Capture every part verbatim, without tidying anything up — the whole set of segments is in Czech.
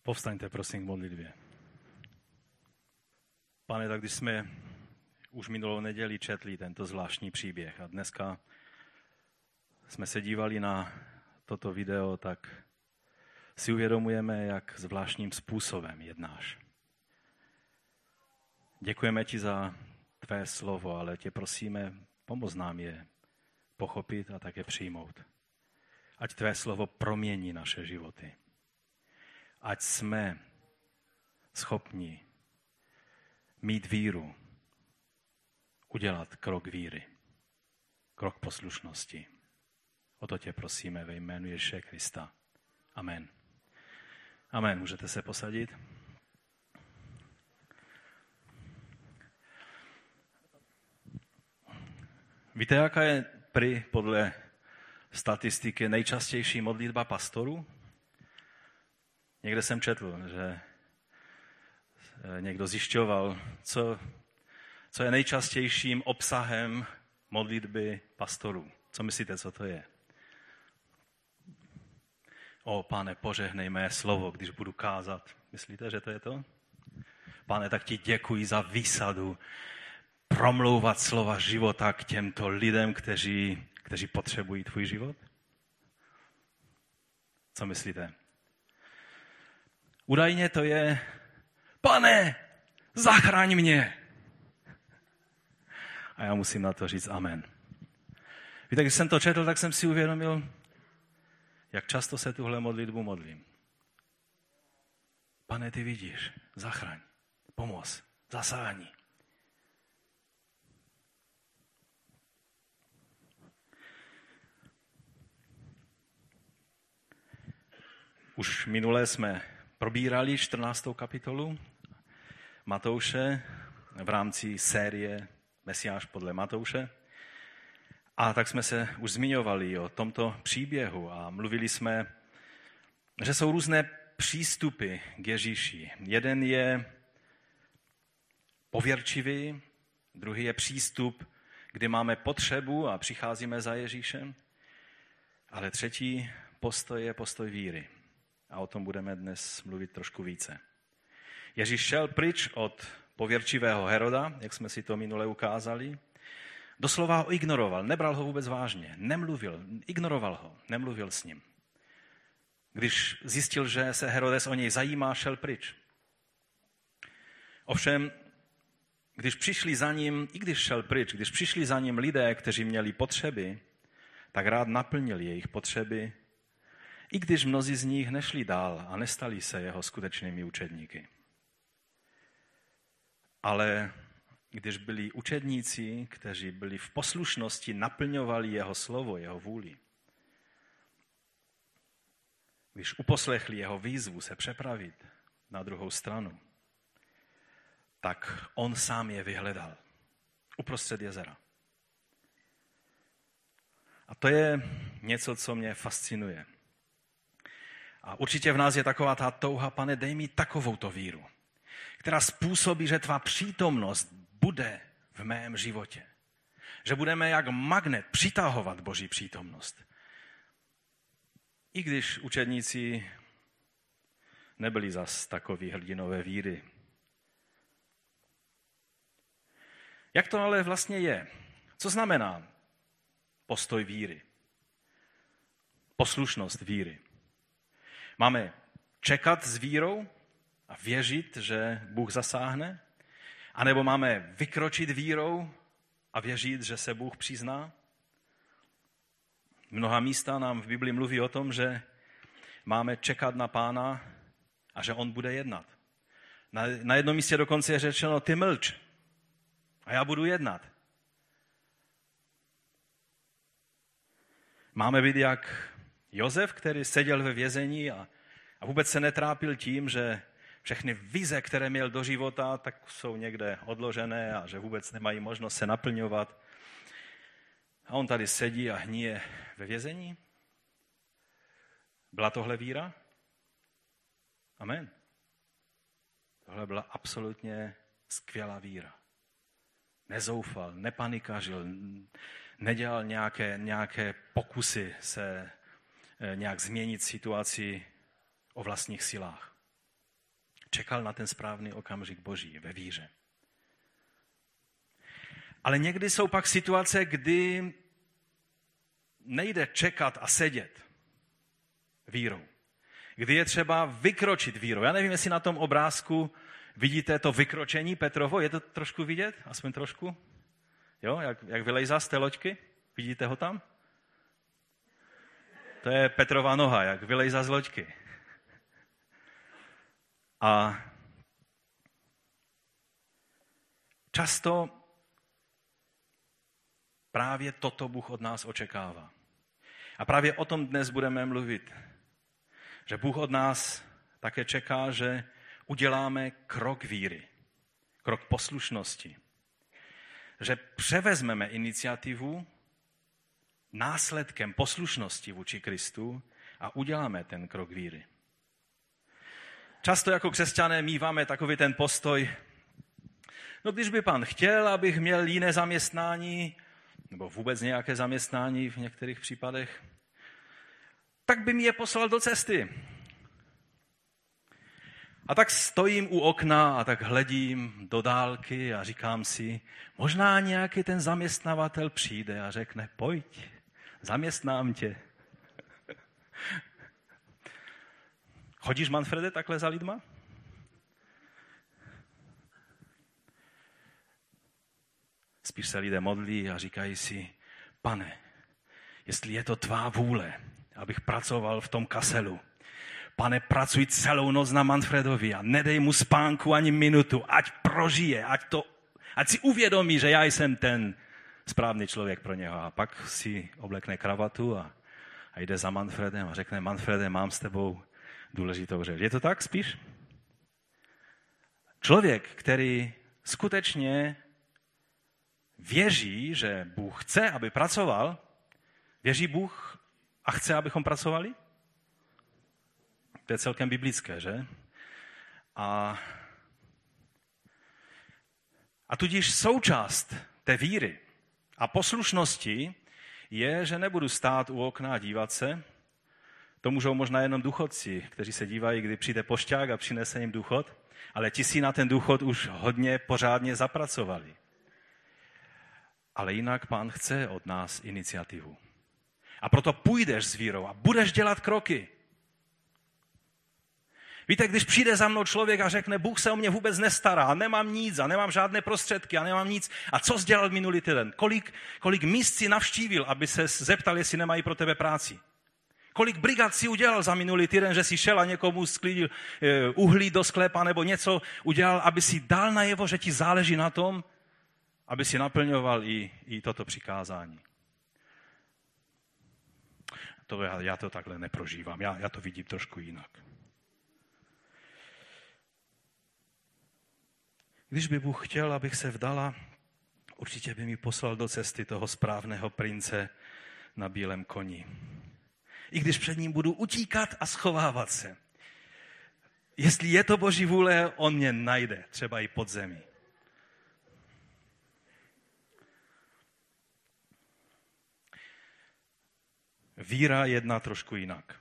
Povstaňte, prosím, k modlitbě. Pane, tak když jsme už minulou neděli četli tento zvláštní příběh a dneska jsme se dívali na toto video, tak si uvědomujeme, jak zvláštním způsobem jednáš. Děkujeme ti za tvé slovo, ale tě prosíme, pomoz nám je pochopit a také přijmout. Ať tvé slovo promění naše životy. Ať jsme schopni mít víru, udělat krok víry, krok poslušnosti. O to tě prosíme ve jménu Ježíše Krista. Amen. Amen. Můžete se posadit? Víte, jaká je prý podle statistiky nejčastější modlitba pastorů? Někde jsem četl, že někdo zjišťoval, co, co je nejčastějším obsahem modlitby pastorů. Co myslíte, co to je? O, Pane, požehnej mé slovo, když budu kázat. Myslíte, že to je to? Pane, tak ti děkuji za výsadu promlouvat slova života k těmto lidem, kteří, kteří potřebují tvůj život? Co myslíte? Údajně to je: Pane, zachraň mě. A já musím na to říct amen. Víte, když jsem to četl, tak jsem si uvědomil, jak často se tuhle modlitbu modlím. Pane, ty vidíš, zachraň, pomoz, zasáhni. Už minule jsme probírali čtrnáctou kapitolu Matouše v rámci série Mesiáš podle Matouše. A tak jsme se už zmiňovali o tomto příběhu a mluvili jsme, že jsou různé přístupy k Ježíši. Jeden je pověrčivý, druhý je přístup, kdy máme potřebu a přicházíme za Ježíšem, ale třetí postoj je postoj víry. A o tom budeme dnes mluvit trošku více. Ježíš šel pryč od pověrčivého Heroda, jak jsme si to minule ukázali. Doslova ho ignoroval, nebral ho vůbec vážně, nemluvil, ignoroval ho, nemluvil s ním. Když zjistil, že se Herodes o něj zajímá, šel pryč. Ovšem, když přišli za ním, i když šel pryč, když přišli za ním lidé, kteří měli potřeby, tak rád naplnil jejich potřeby, i když mnozí z nich nešli dál a nestali se jeho skutečnými učedníky. Ale když byli učedníci, kteří byli v poslušnosti, naplňovali jeho slovo, jeho vůli, když uposlechli jeho výzvu se přepravit na druhou stranu, tak on sám je vyhledal uprostřed jezera. A to je něco, co mě fascinuje. A určitě v nás je taková ta touha: Pane, dej mi takovouto víru, která způsobí, že tvá přítomnost bude v mém životě. Že budeme jak magnet přitahovat Boží přítomnost. I když učedníci nebyli zas takoví hrdinové víry. Jak to ale vlastně je? Co znamená postoj víry? Poslušnost víry. Máme čekat s vírou a věřit, že Bůh zasáhne? A nebo máme vykročit vírou a věřit, že se Bůh přizná? Mnoha místa nám v Bibli mluví o tom, že máme čekat na Pána a že on bude jednat. Na, na jednom místě dokonce je řečeno: ty mlč a já budu jednat. Máme být jak Josef, který seděl ve vězení a, a vůbec se netrápil tím, že všechny vize, které měl do života, tak jsou někde odložené a že vůbec nemají možnost se naplňovat. A on tady sedí a hníje ve vězení? Byla tohle víra? Amen. Tohle byla absolutně skvělá víra. Nezoufal, nepanikařil, nedělal nějaké, nějaké pokusy se nějak změnit situaci o vlastních silách. čekal na ten správný okamžik Boží ve víře. Ale někdy jsou pak situace, kdy nejde čekat a sedět vírou. Kdy je třeba vykročit vírou. Já nevím, jestli na tom obrázku vidíte to vykročení Petrovo. Je to trošku vidět? Aspoň trošku? Jo, jak, jak vylejzá z té loďky? Vidíte ho tam? To je Petrova noha, jak vylejzá z loďky. A často právě toto Bůh od nás očekává. A právě o tom dnes budeme mluvit. Že Bůh od nás také čeká, že uděláme krok víry, krok poslušnosti. Že převezmeme iniciativu následkem poslušnosti vůči Kristu a uděláme ten krok víry. Často jako křesťané míváme takový ten postoj, no když by Pán chtěl, abych měl jiné zaměstnání, nebo vůbec nějaké zaměstnání v některých případech, tak by mi je poslal do cesty. A tak stojím u okna a tak hledím do dálky a říkám si, možná nějaký ten zaměstnavatel přijde a řekne, pojď, zaměstnám tě. Chodíš, Manfrede, takhle za lidma? Spíš se lidé modlí a říkají si, Pane, jestli je to tvá vůle, abych pracoval v tom Kaselu, Pane, pracuj celou noc na Manfredovi a nedej mu spánku ani minutu, ať prožije, ať, to, ať si uvědomí, že já jsem ten správný člověk pro něho. A pak si oblekne kravatu a, a jde za Manfredem a řekne, Manfrede, mám s tebou důležitou řeč. Je to tak spíš? Člověk, který skutečně věří, že Bůh chce, aby pracoval, věří Bůh a chce, abychom pracovali? To je celkem biblické, že? A, a tudíž součást té víry a poslušnosti je, že nebudu stát u okna a dívat se. To můžou možná jenom důchodci, kteří se dívají, kdy přijde pošťák a přinese jim důchod, ale ti si na ten důchod už hodně pořádně zapracovali. Ale jinak Pán chce od nás iniciativu. A proto půjdeš s vírou a budeš dělat kroky. Víte, když přijde za mnou člověk a řekne, Bůh se o mě vůbec nestará, a nemám nic a nemám žádné prostředky a nemám nic. A co jsi dělal minulý týden? Kolik, kolik míst si navštívil, aby se zeptal, jestli nemají pro tebe práci? Kolik brigad si udělal za minulý týden, že si šel a někomu sklidil uhlí do sklepa nebo něco udělal, aby si dal najevo, že ti záleží na tom, aby si naplňoval i, i toto přikázání. To já, já to takhle neprožívám, já, já to vidím trošku jinak. Když by Bůh chtěl, abych se vdala, určitě by mi poslal do cesty toho správného prince na bílém koni. I když před ním budu utíkat a schovávat se. Jestli je to Boží vůle, on mě najde, třeba i pod zemí. Víra jedná trošku jinak.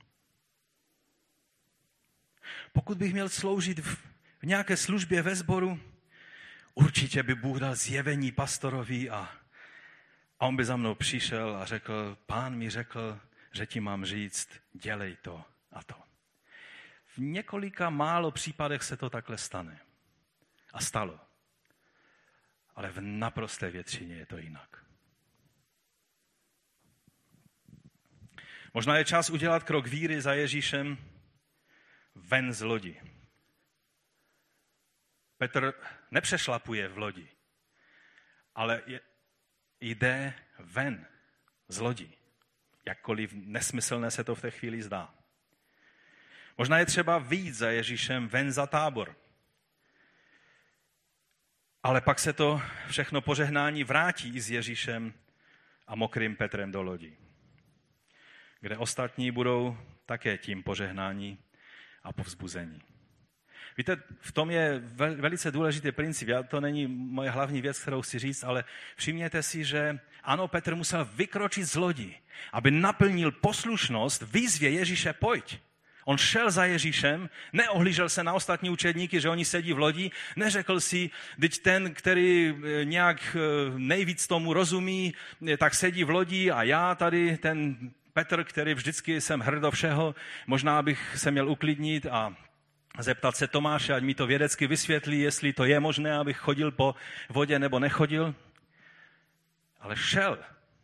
Pokud bych měl sloužit v, v nějaké službě ve sboru, určitě by Bůh dal zjevení pastorovi a, a on by za mnou přišel a řekl, Pán mi řekl, že ti mám říct, dělej to a to. V několika málo případech se to takhle stane. A stalo. Ale v naprosté většině je to jinak. Možná je čas udělat krok víry za Ježíšem ven z lodi. Petr nepřešlapuje v lodi, ale je, jde ven z lodi. Jakkoliv nesmyslné se to v té chvíli zdá. Možná je třeba vyjít za Ježíšem ven za tábor. Ale pak se to všechno požehnání vrátí i s Ježíšem a mokrým Petrem do lodi, kde ostatní budou také tím požehnání a povzbuzení. Víte, v tom je velice důležitý princip. Já, to není moje hlavní věc, kterou chci říct, ale všimněte si, že ano, Petr musel vykročit z lodi, aby naplnil poslušnost výzvě Ježíše, pojď. On šel za Ježíšem, neohlížel se na ostatní učedníky, že oni sedí v lodi, neřekl si, teď ten, který nějak nejvíc tomu rozumí, tak sedí v lodi a já tady, ten Petr, který vždycky jsem hrdo všeho, možná bych se měl uklidnit a zeptat se Tomáše, ať mi to vědecky vysvětlí, jestli to je možné, abych chodil po vodě nebo nechodil. Ale šel.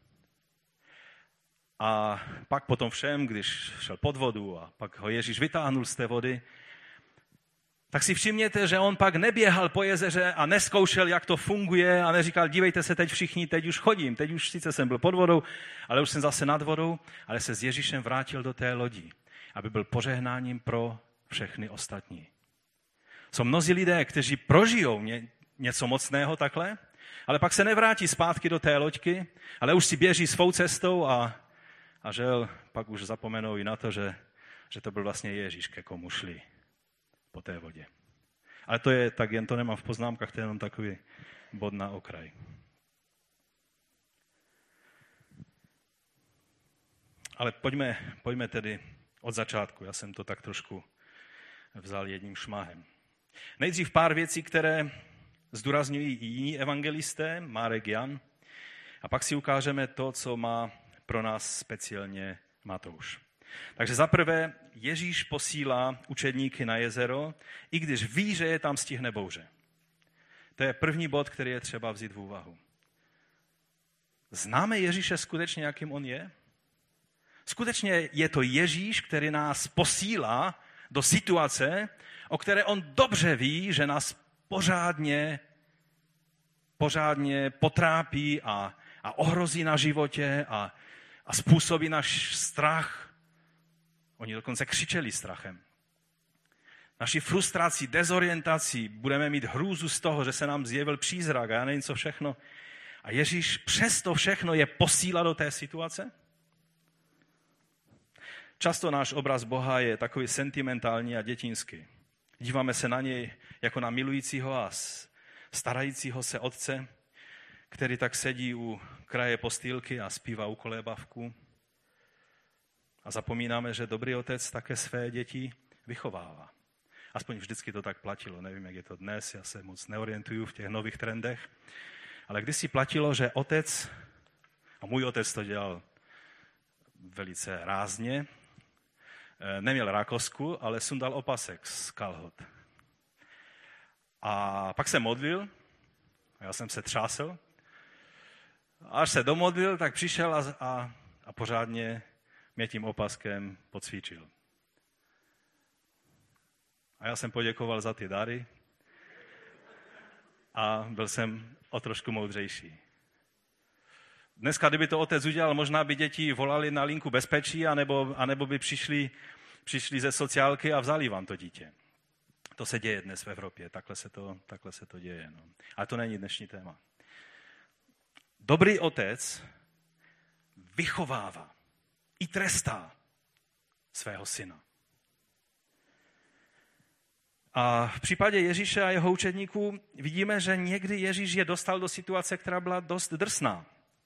A pak potom všem, když šel pod vodu a pak ho Ježíš vytáhnul z té vody, tak si všimněte, že on pak neběhal po jezeře a neskoušel, jak to funguje a neříkal, dívejte se teď všichni, teď už chodím, teď už sice jsem byl pod vodou, ale už jsem zase nad vodou, ale se s Ježíšem vrátil do té lodi, aby byl požehnáním pro všechny ostatní. Jsou mnozí lidé, kteří prožijou ně, něco mocného takhle, ale pak se nevrátí zpátky do té loďky, ale už si běží svou cestou a, a žel, pak už zapomenou i na to, že, že to byl vlastně Ježíš, ke komu šli po té vodě. Ale to je, tak jen to nemám v poznámkách, to je jenom takový bod na okraj. Ale pojďme, pojďme tedy od začátku. Já jsem to tak trošku vzal jedním šmahem. Nejdřív pár věcí, které zdůrazňují i jiní evangelisté, Marek, Jan, a pak si ukážeme to, co má pro nás speciálně Matouš. Takže zaprvé Ježíš posílá učedníky na jezero, i když ví, že je tam stihne bouře. To je první bod, který je třeba vzít v úvahu. Známe Ježíše skutečně, jakým on je? Skutečně je to Ježíš, který nás posílá do situace, o které on dobře ví, že nás pořádně, pořádně potrápí a, a ohrozí na životě a, a způsobí náš strach. Oni dokonce křičeli strachem. Naši frustrací, dezorientací budeme mít hrůzu z toho, že se nám zjevil přízrak a já nevím co všechno. A Ježíš přesto všechno je posílá do té situace? Často náš obraz Boha je takový sentimentální a dětinský. Díváme se na něj jako na milujícího a starajícího se otce, který tak sedí u kraje postýlky a zpívá u kolébavku. A zapomínáme, že dobrý otec také své děti vychovává. Aspoň vždycky to tak platilo. Nevím, jak je to dnes, já se moc neorientuju v těch nových trendech. Ale kdysi platilo, že otec, a můj otec to dělal velice rázně, neměl rákosku, ale sundal opasek z kalhot. A pak se modlil, a já jsem se třásl. Až se domodlil, tak přišel a, a, a pořádně mě tím opaskem pocvičil. A já jsem poděkoval za ty dary a byl jsem o trošku moudřejší. Dneska, kdyby to otec udělal, možná by děti volali na linku bezpečí, anebo, anebo by přišli, přišli ze sociálky a vzali vám to dítě. To se děje dnes v Evropě, takhle se to, takhle se to děje. No. Ale to není dnešní téma. Dobrý otec vychovává i trestá svého syna. A v případě Ježíše a jeho učedníků vidíme, že někdy Ježíš je dostal do situace, která byla dost drsná.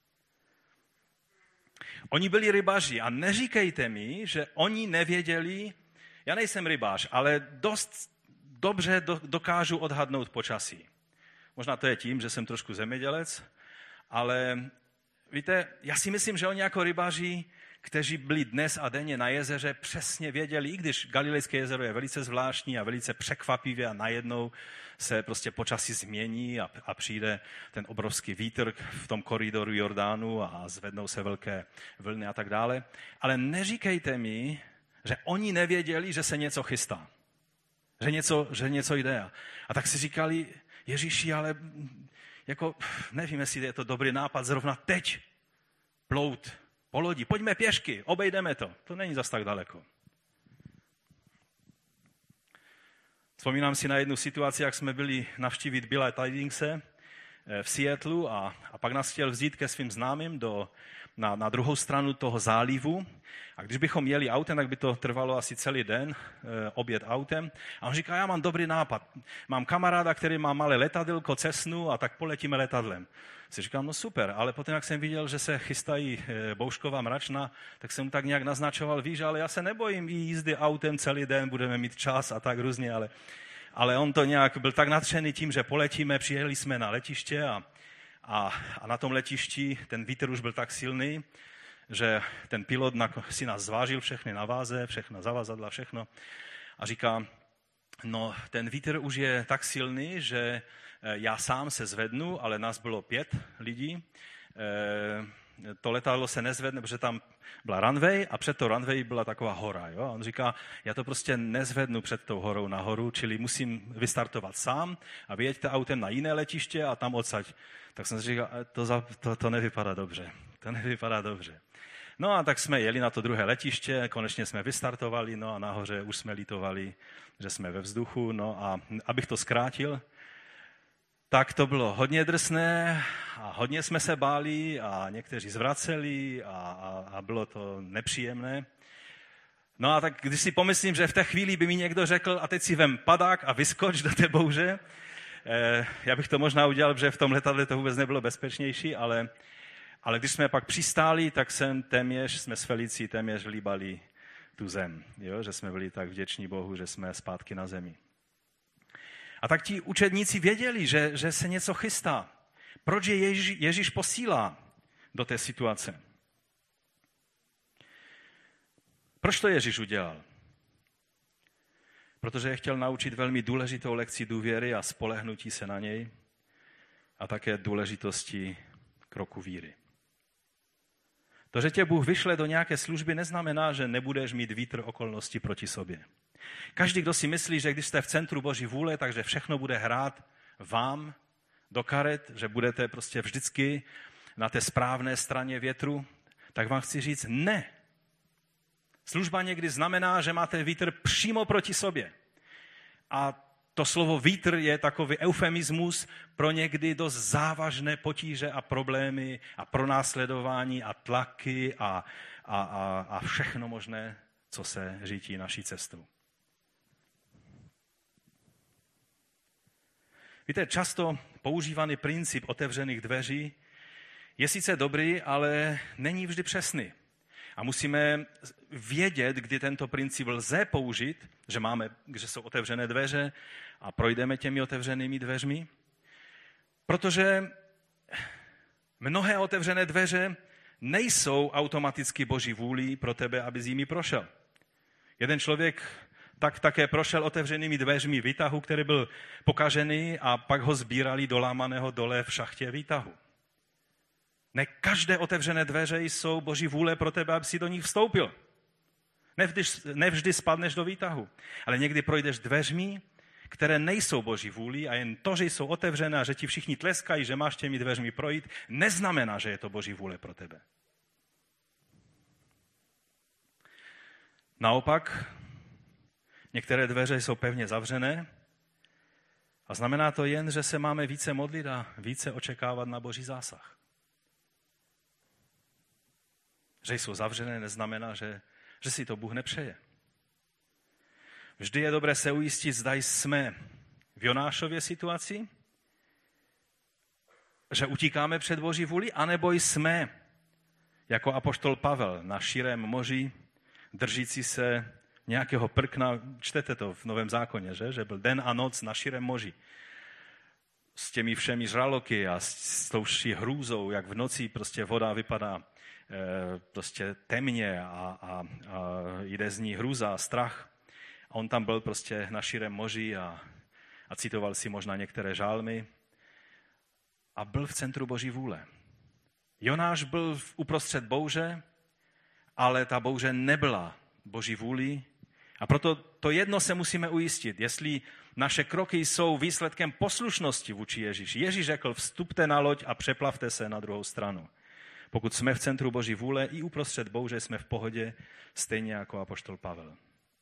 Oni byli rybáři a neříkejte mi, že oni nevěděli, já nejsem rybář, ale dost dobře dokážu odhadnout počasí. Možná to je tím, že jsem trošku zemědělec, ale víte, já si myslím, že oni jako rybáři, kteří byli dnes a denně na jezeře, přesně věděli, i když Galilejské jezero je velice zvláštní a velice překvapivě a najednou se prostě počasí změní a, a přijde ten obrovský vítr v tom koridoru Jordánu a zvednou se velké vlny a tak dále. Ale neříkejte mi, že oni nevěděli, že se něco chystá. Že něco, že něco jde. A tak si říkali, Ježíši, ale jako, nevím, jestli je to dobrý nápad zrovna teď plout po lodi. Pojďme pěšky, obejdeme to. To není zas tak daleko. Vzpomínám si na jednu situaci, jak jsme byli navštívit Billa Tidingse v Seattlu a, a pak nás chtěl vzít ke svým známým do, na, na druhou stranu toho zálivu. A když bychom jeli autem, tak by to trvalo asi celý den, e, oběd autem. A on říká, já mám dobrý nápad. Mám kamaráda, který má malé letadilko, Cessnu a tak poletíme letadlem. Si říkám, no super, ale potom, jak jsem viděl, že se chystají e, boušková mračna, tak jsem mu tak nějak naznačoval, víš, ale já se nebojím jízdy autem celý den, budeme mít čas a tak různě, ale, ale on to nějak byl tak nadšený tím, že poletíme, přijeli jsme na letiště a, a, a na tom letišti ten vítr už byl tak silný, že ten pilot si nás zvážil všechny na váze, všechna zavazadla, všechno a říká, no ten vítr už je tak silný, že já sám se zvednu, ale nás bylo pět lidí, to letadlo se nezvedne, protože tam byla runway a před tou runway byla taková hora. Jo? A on říká, já to prostě nezvednu před tou horou nahoru, čili musím vystartovat sám a vyjeďte autem na jiné letiště a tam odsaď. Tak jsem si říkal, to, za, to, to nevypadá dobře, to nevypadá dobře. No a tak jsme jeli na to druhé letiště, konečně jsme vystartovali, no a nahoře už jsme lítovali, že jsme ve vzduchu, no a abych to zkrátil, tak to bylo hodně drsné a hodně jsme se báli a někteří zvraceli a, a, a bylo to nepříjemné. No a tak když si pomyslím, že v té chvíli by mi někdo řekl, a teď si vem padák a vyskoč do té bouře, eh, já bych to možná udělal, protože v tom letadle to vůbec nebylo bezpečnější, ale, ale když jsme pak přistáli, tak jsem téměř, jsme s Felicí téměř líbali tu zem, jo? Že jsme byli tak vděční Bohu, že jsme zpátky na zemi. A tak ti učedníci věděli, že, že se něco chystá. Proč je Ježíš, Ježíš posílá do té situace? Proč to Ježíš udělal? Protože je chtěl naučit velmi důležitou lekci důvěry a spolehnutí se na něj a také důležitosti kroku víry. To, že tě Bůh vyšle do nějaké služby, neznamená, že nebudeš mít vítr okolností proti sobě. Každý, kdo si myslí, že když jste v centru Boží vůle, takže všechno bude hrát vám do karet, že budete prostě vždycky na té správné straně větru, tak vám chci říct ne. Služba někdy znamená, že máte vítr přímo proti sobě. A to slovo vítr je takový eufemismus pro někdy dost závažné potíže a problémy a pronásledování a tlaky a, a, a, a všechno možné, co se řítí naší cestou. Víte, často používaný princip otevřených dveří je sice dobrý, ale není vždy přesný. A musíme vědět, kdy tento princip lze použít, že máme, že jsou otevřené dveře a projdeme těmi otevřenými dveřmi, protože mnohé otevřené dveře nejsou automaticky Boží vůlí pro tebe, aby z nimi prošel. Jeden člověk tak také prošel otevřenými dveřmi výtahu, který byl pokažený a pak ho sbírali do lámaného dole v šachtě výtahu. Ne každé otevřené dveře jsou Boží vůle pro tebe, aby si do nich vstoupil. Nevždy, nevždy spadneš do výtahu, ale někdy projdeš dveřmi, které nejsou Boží vůli a jen to, že jsou otevřené a že ti všichni tleskají, že máš těmi dveřmi projít, neznamená, že je to Boží vůle pro tebe. Naopak, některé dveře jsou pevně zavřené a znamená to jen, že se máme více modlit a více očekávat na Boží zásah. Že jsou zavřené, neznamená, že, že si to Bůh nepřeje. Vždy je dobré se ujistit, zda jsme v Jonášově situaci, že utíkáme před Boží vůli, anebo jsme jako apoštol Pavel na širém moři, držící se nějakého prkna, čtete to v Novém zákoně, že, že byl den a noc na širém moři. S těmi všemi žraloky a s tou hrůzou, jak v noci prostě voda vypadá e, prostě temně a, a, a jde z ní hrůza a strach. A on tam byl prostě na širém moři a, a citoval si možná některé žálmy a byl v centru Boží vůle. Jonáš byl uprostřed bouře, ale ta bouře nebyla Boží vůli. A proto to jedno se musíme ujistit, jestli naše kroky jsou výsledkem poslušnosti vůči Ježíši. Ježíš řekl, vstupte na loď a přeplavte se na druhou stranu. Pokud jsme v centru Boží vůle, i uprostřed bouře jsme v pohodě, stejně jako apoštol Pavel.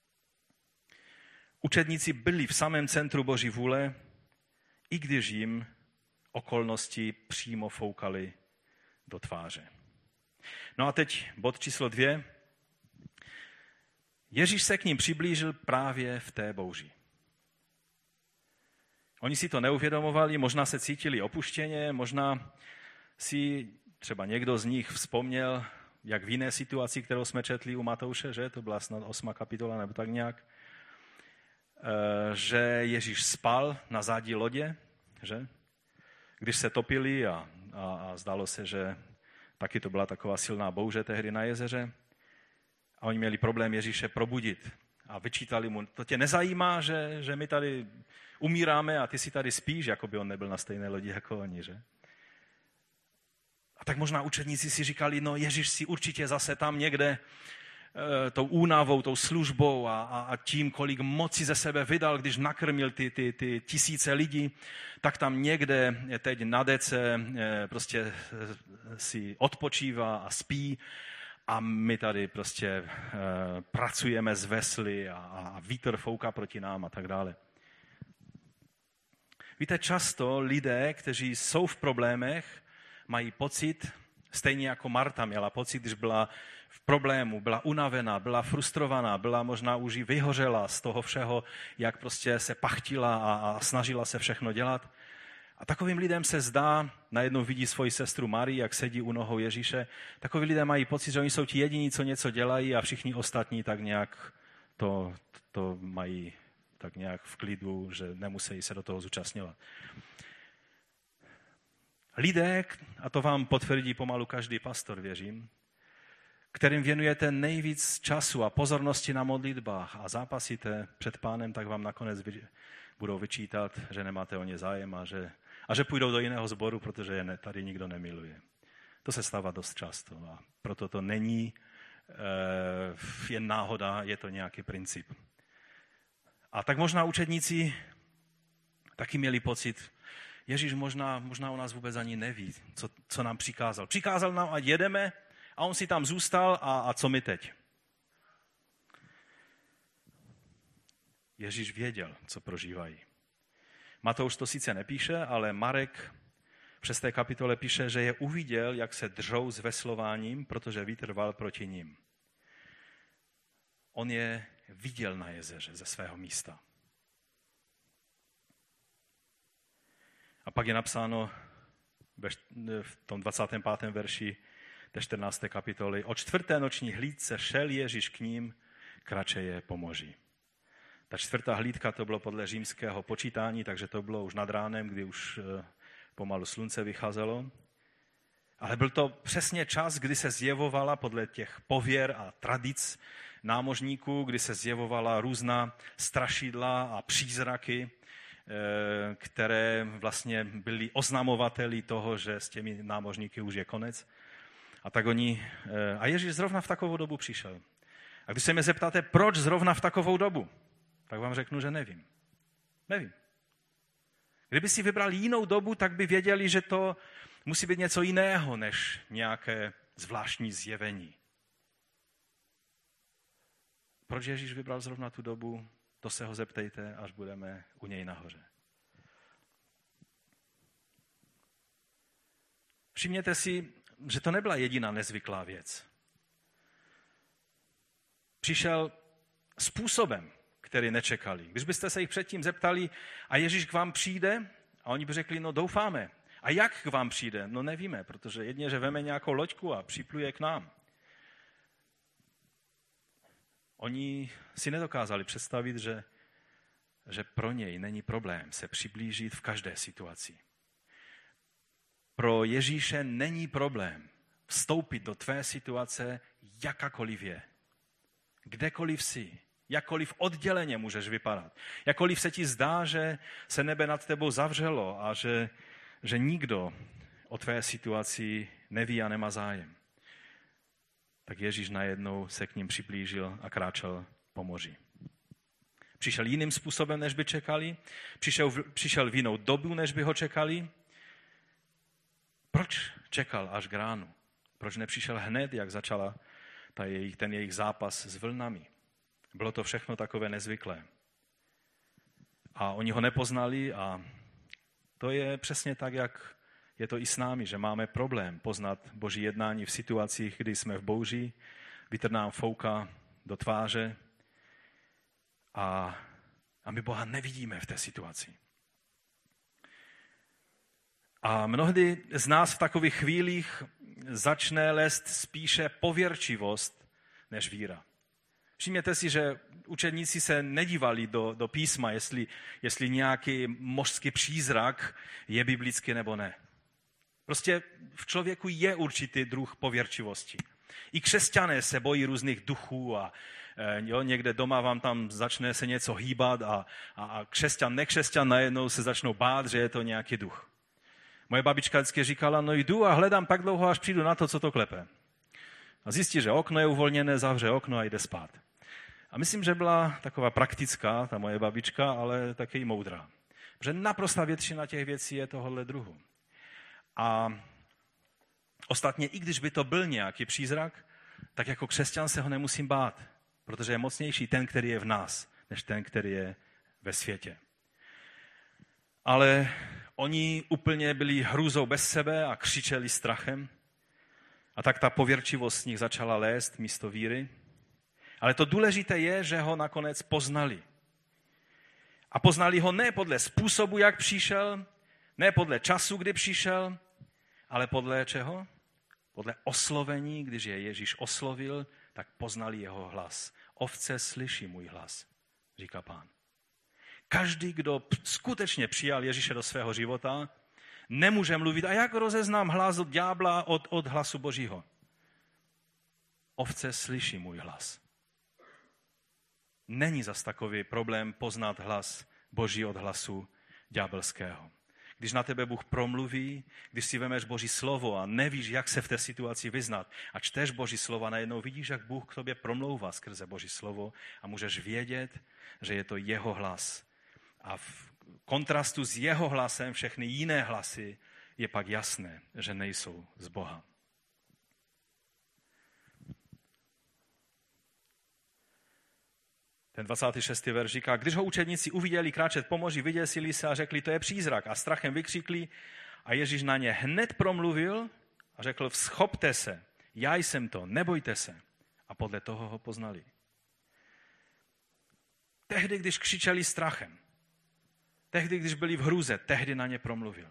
Učedníci byli v samém centru Boží vůle, i když jim okolnosti přímo foukaly do tváře. No a teď bod číslo dvě. Ježíš se k ním přiblížil právě v té bouři. Oni si to neuvědomovali, možná se cítili opuštěně, možná si třeba někdo z nich vzpomněl, jak v jiné situaci, kterou jsme četli u Matouše, že to byla snad osmá kapitola nebo tak nějak, že Ježíš spal na zádi lodě, že? Když se topili a, a, a zdálo se, že taky to byla taková silná bouře tehdy na jezeře a oni měli problém Ježíše probudit a vyčítali mu, to tě nezajímá, že, že my tady umíráme a ty si tady spíš, jako by on nebyl na stejné lodi jako oni, že? A tak možná učedníci si říkali, no Ježíš si určitě zase tam někde e, tou únavou, tou službou a, a, a tím, kolik moci ze sebe vydal, když nakrmil ty, ty, ty tisíce lidí, tak tam někde teď na dece e, prostě e, si odpočívá a spí a my tady prostě e, pracujeme z vesly a, a vítr fouká proti nám a tak dále. Víte, často lidé, kteří jsou v problémech, mají pocit, stejně jako Marta měla pocit, když byla v problému, byla unavená, byla frustrovaná, byla možná už i vyhořela z toho všeho, jak prostě se pachtila a, a snažila se všechno dělat. A takovým lidem se zdá, najednou vidí svoji sestru Marii, jak sedí u nohou Ježíše, takoví lidé mají pocit, že oni jsou ti jediní, co něco dělají a všichni ostatní tak nějak to, to mají tak nějak v klidu, že nemusí se do toho zúčastňovat. Lidé, a to vám potvrdí pomalu každý pastor, věřím, kterým věnujete nejvíc času a pozornosti na modlitbách a zápasíte před Pánem, tak vám nakonec budou vyčítat, že nemáte o ně zájem a že, a že půjdou do jiného sboru, protože je tady nikdo nemiluje. To se stává dost často a proto to není e, jen náhoda, je to nějaký princip. A tak možná učedníci taky měli pocit, Ježíš možná, možná o nás vůbec ani neví, co, co nám přikázal. Přikázal nám, ať jedeme a on si tam zůstal a, a co my teď? Ježíš věděl, co prožívají. Matouš to sice nepíše, ale Marek v šesté kapitole píše, že je uviděl, jak se držou s veslováním, protože vítr val proti ním. On je viděl na jezeře ze svého místa. A pak je napsáno v tom dvacátém pátém verši té čtrnácté kapitoly. O čtvrté noční hlídce šel Ježíš k ním, krače je po moři. Ta čtvrtá hlídka to bylo podle římského počítání, takže to bylo už nad ránem, kdy už pomalu slunce vycházelo. Ale byl to přesně čas, kdy se zjevovala podle těch pověr a tradic námořníků, kdy se zjevovala různá strašidla a přízraky, které vlastně byly oznamovateli toho, že s těmi námořníky už je konec. A tak oni, a Ježíš zrovna v takovou dobu přišel. A když se mě zeptáte, proč zrovna v takovou dobu, tak vám řeknu, že nevím. Nevím. Kdyby si vybral jinou dobu, tak by věděli, že to musí být něco jiného, než nějaké zvláštní zjevení. Proč Ježíš vybral zrovna tu dobu? To se ho zeptejte, až budeme u něj nahoře. Všimněte si, že to nebyla jediná nezvyklá věc. Přišel způsobem, který nečekali. Když byste se jich předtím zeptali, a Ježíš k vám přijde, a oni by řekli, no doufáme. A jak k vám přijde? No nevíme, protože jedně, že veme nějakou loďku a připluje k nám. Oni si nedokázali představit, že, že pro něj není problém se přiblížit v každé situaci. Pro Ježíše není problém vstoupit do tvé situace jakákoliv je. Kdekoliv jsi, jakkoliv odděleně můžeš vypadat. Jakkoliv se ti zdá, že se nebe nad tebou zavřelo a že, že nikdo o tvé situaci neví a nemá zájem. Tak Ježíš najednou se k ním přiblížil a kráčel po moři. Přišel jiným způsobem, než by čekali. Přišel v, přišel v jinou dobu, než by ho čekali. Proč čekal až k ránu? Proč nepřišel hned, jak začala ta jejich, ten jejich zápas s vlnami? Bylo to všechno takové nezvyklé. A oni ho nepoznali a to je přesně tak, jak, je to i s námi, že máme problém poznat Boží jednání v situacích, kdy jsme v bouři, vítr nám fouká do tváře a, a my Boha nevidíme v té situaci. A mnohdy z nás v takových chvílích začne lézt spíše pověrčivost než víra. Všimněte si, že učedníci se nedívali do, do písma, jestli, jestli nějaký mořský přízrak je biblický nebo ne. Prostě v člověku je určitý druh pověrčivosti. I křesťané se bojí různých duchů a jo, někde doma vám tam začne se něco hýbat a, a, a křesťan, nekřesťan najednou se začnou bát, že je to nějaký duch. Moje babička vždycky říkala, no jdu a hledám tak dlouho, až přijdu na to, co to klepe. A zjistí, že okno je uvolněné, zavře okno a jde spát. A myslím, že byla taková praktická, ta moje babička, ale také i moudrá. Protože naprostá většina těch věcí je tohohle druhu. A ostatně, i když by to byl nějaký přízrak, tak jako křesťan se ho nemusím bát, protože je mocnější ten, který je v nás, než ten, který je ve světě. Ale oni úplně byli hrůzou bez sebe a křičeli strachem. A tak ta pověrčivost z nich začala lézt místo víry. Ale to důležité je, že ho nakonec poznali. A poznali ho ne podle způsobu, jak přišel, ne podle času, kdy přišel, ale podle čeho? Podle oslovení, když je Ježíš oslovil, tak poznali jeho hlas. Ovce slyší můj hlas, říká Pán. Každý, kdo skutečně přijal Ježíše do svého života, nemůže mluvit, a jak rozeznám hlas od ďábla od, od hlasu Božího? Ovce slyší můj hlas. Není zas takový problém poznat hlas Boží od hlasu ďábelského. Když na tebe Bůh promluví, když si vemeš Boží slovo a nevíš, jak se v té situaci vyznat a čteš Boží slova, najednou vidíš, jak Bůh k tobě promlouvá skrze Boží slovo a můžeš vědět, že je to jeho hlas. A v kontrastu s jeho hlasem všechny jiné hlasy je pak jasné, že nejsou z Boha. Ten dvacátý šestý verš říká, když ho učedníci uviděli kráčet po moři, vyděsili se a řekli, to je přízrak. A strachem vykřikli a Ježíš na ně hned promluvil a řekl, vzchopte se, já jsem to, nebojte se. A podle toho ho poznali. Tehdy, když křičeli strachem, tehdy, když byli v hrůze, tehdy na ně promluvil.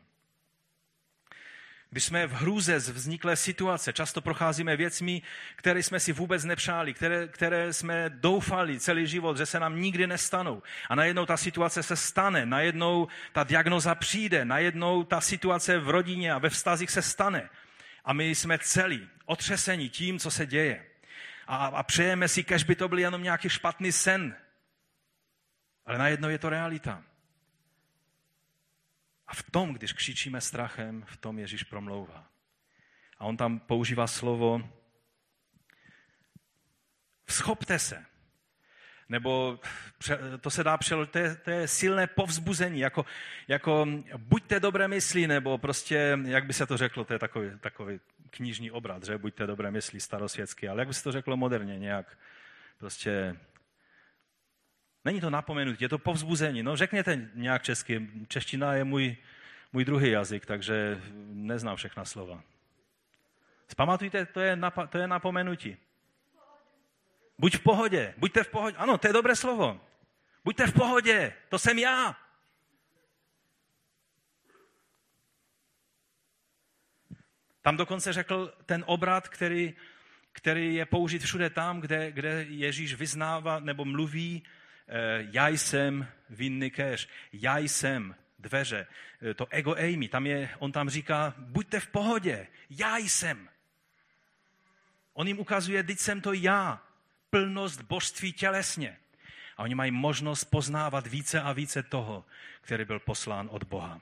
Když jsme v hrůze z vzniklé situace, často procházíme věcmi, které jsme si vůbec nepřáli, které, které jsme doufali celý život, že se nám nikdy nestanou. A najednou ta situace se stane, najednou ta diagnoza přijde, najednou ta situace v rodině a ve vztazích se stane. A my jsme celí, otřesení tím, co se děje. A, a přejeme si, kež by to byl jenom nějaký špatný sen. Ale najednou je to realita. A v tom, když křičíme strachem, v tom Ježíš promlouvá. A on tam používá slovo vzchopte se. Nebo to se dá přeložit, to je, to je silné povzbuzení, jako, jako buďte dobré mysli, nebo prostě, jak by se to řeklo, to je takový, takový knižní obrat, že buďte dobré mysli, starosvětský, ale jak by se to řeklo moderně nějak, prostě není to napomenutí, je to povzbuzení. No řekněte nějak česky. Čeština je můj, můj druhý jazyk, takže neznám všechna slova. Zpamatujte, to je, napa, to je napomenutí. Buď v pohodě, buďte v pohodě. Ano, to je dobré slovo. Buďte v pohodě, to jsem já. Tam dokonce řekl ten obrat, který, který je použit všude tam, kde, kde Ježíš vyznává nebo mluví, já jsem vinný kéř, já jsem dveře, to ego eimi, tam je, on tam říká, buďte v pohodě, já jsem. On jim ukazuje, teď jsem to já, plnost božství tělesně. A oni mají možnost poznávat více a více toho, který byl poslán od Boha.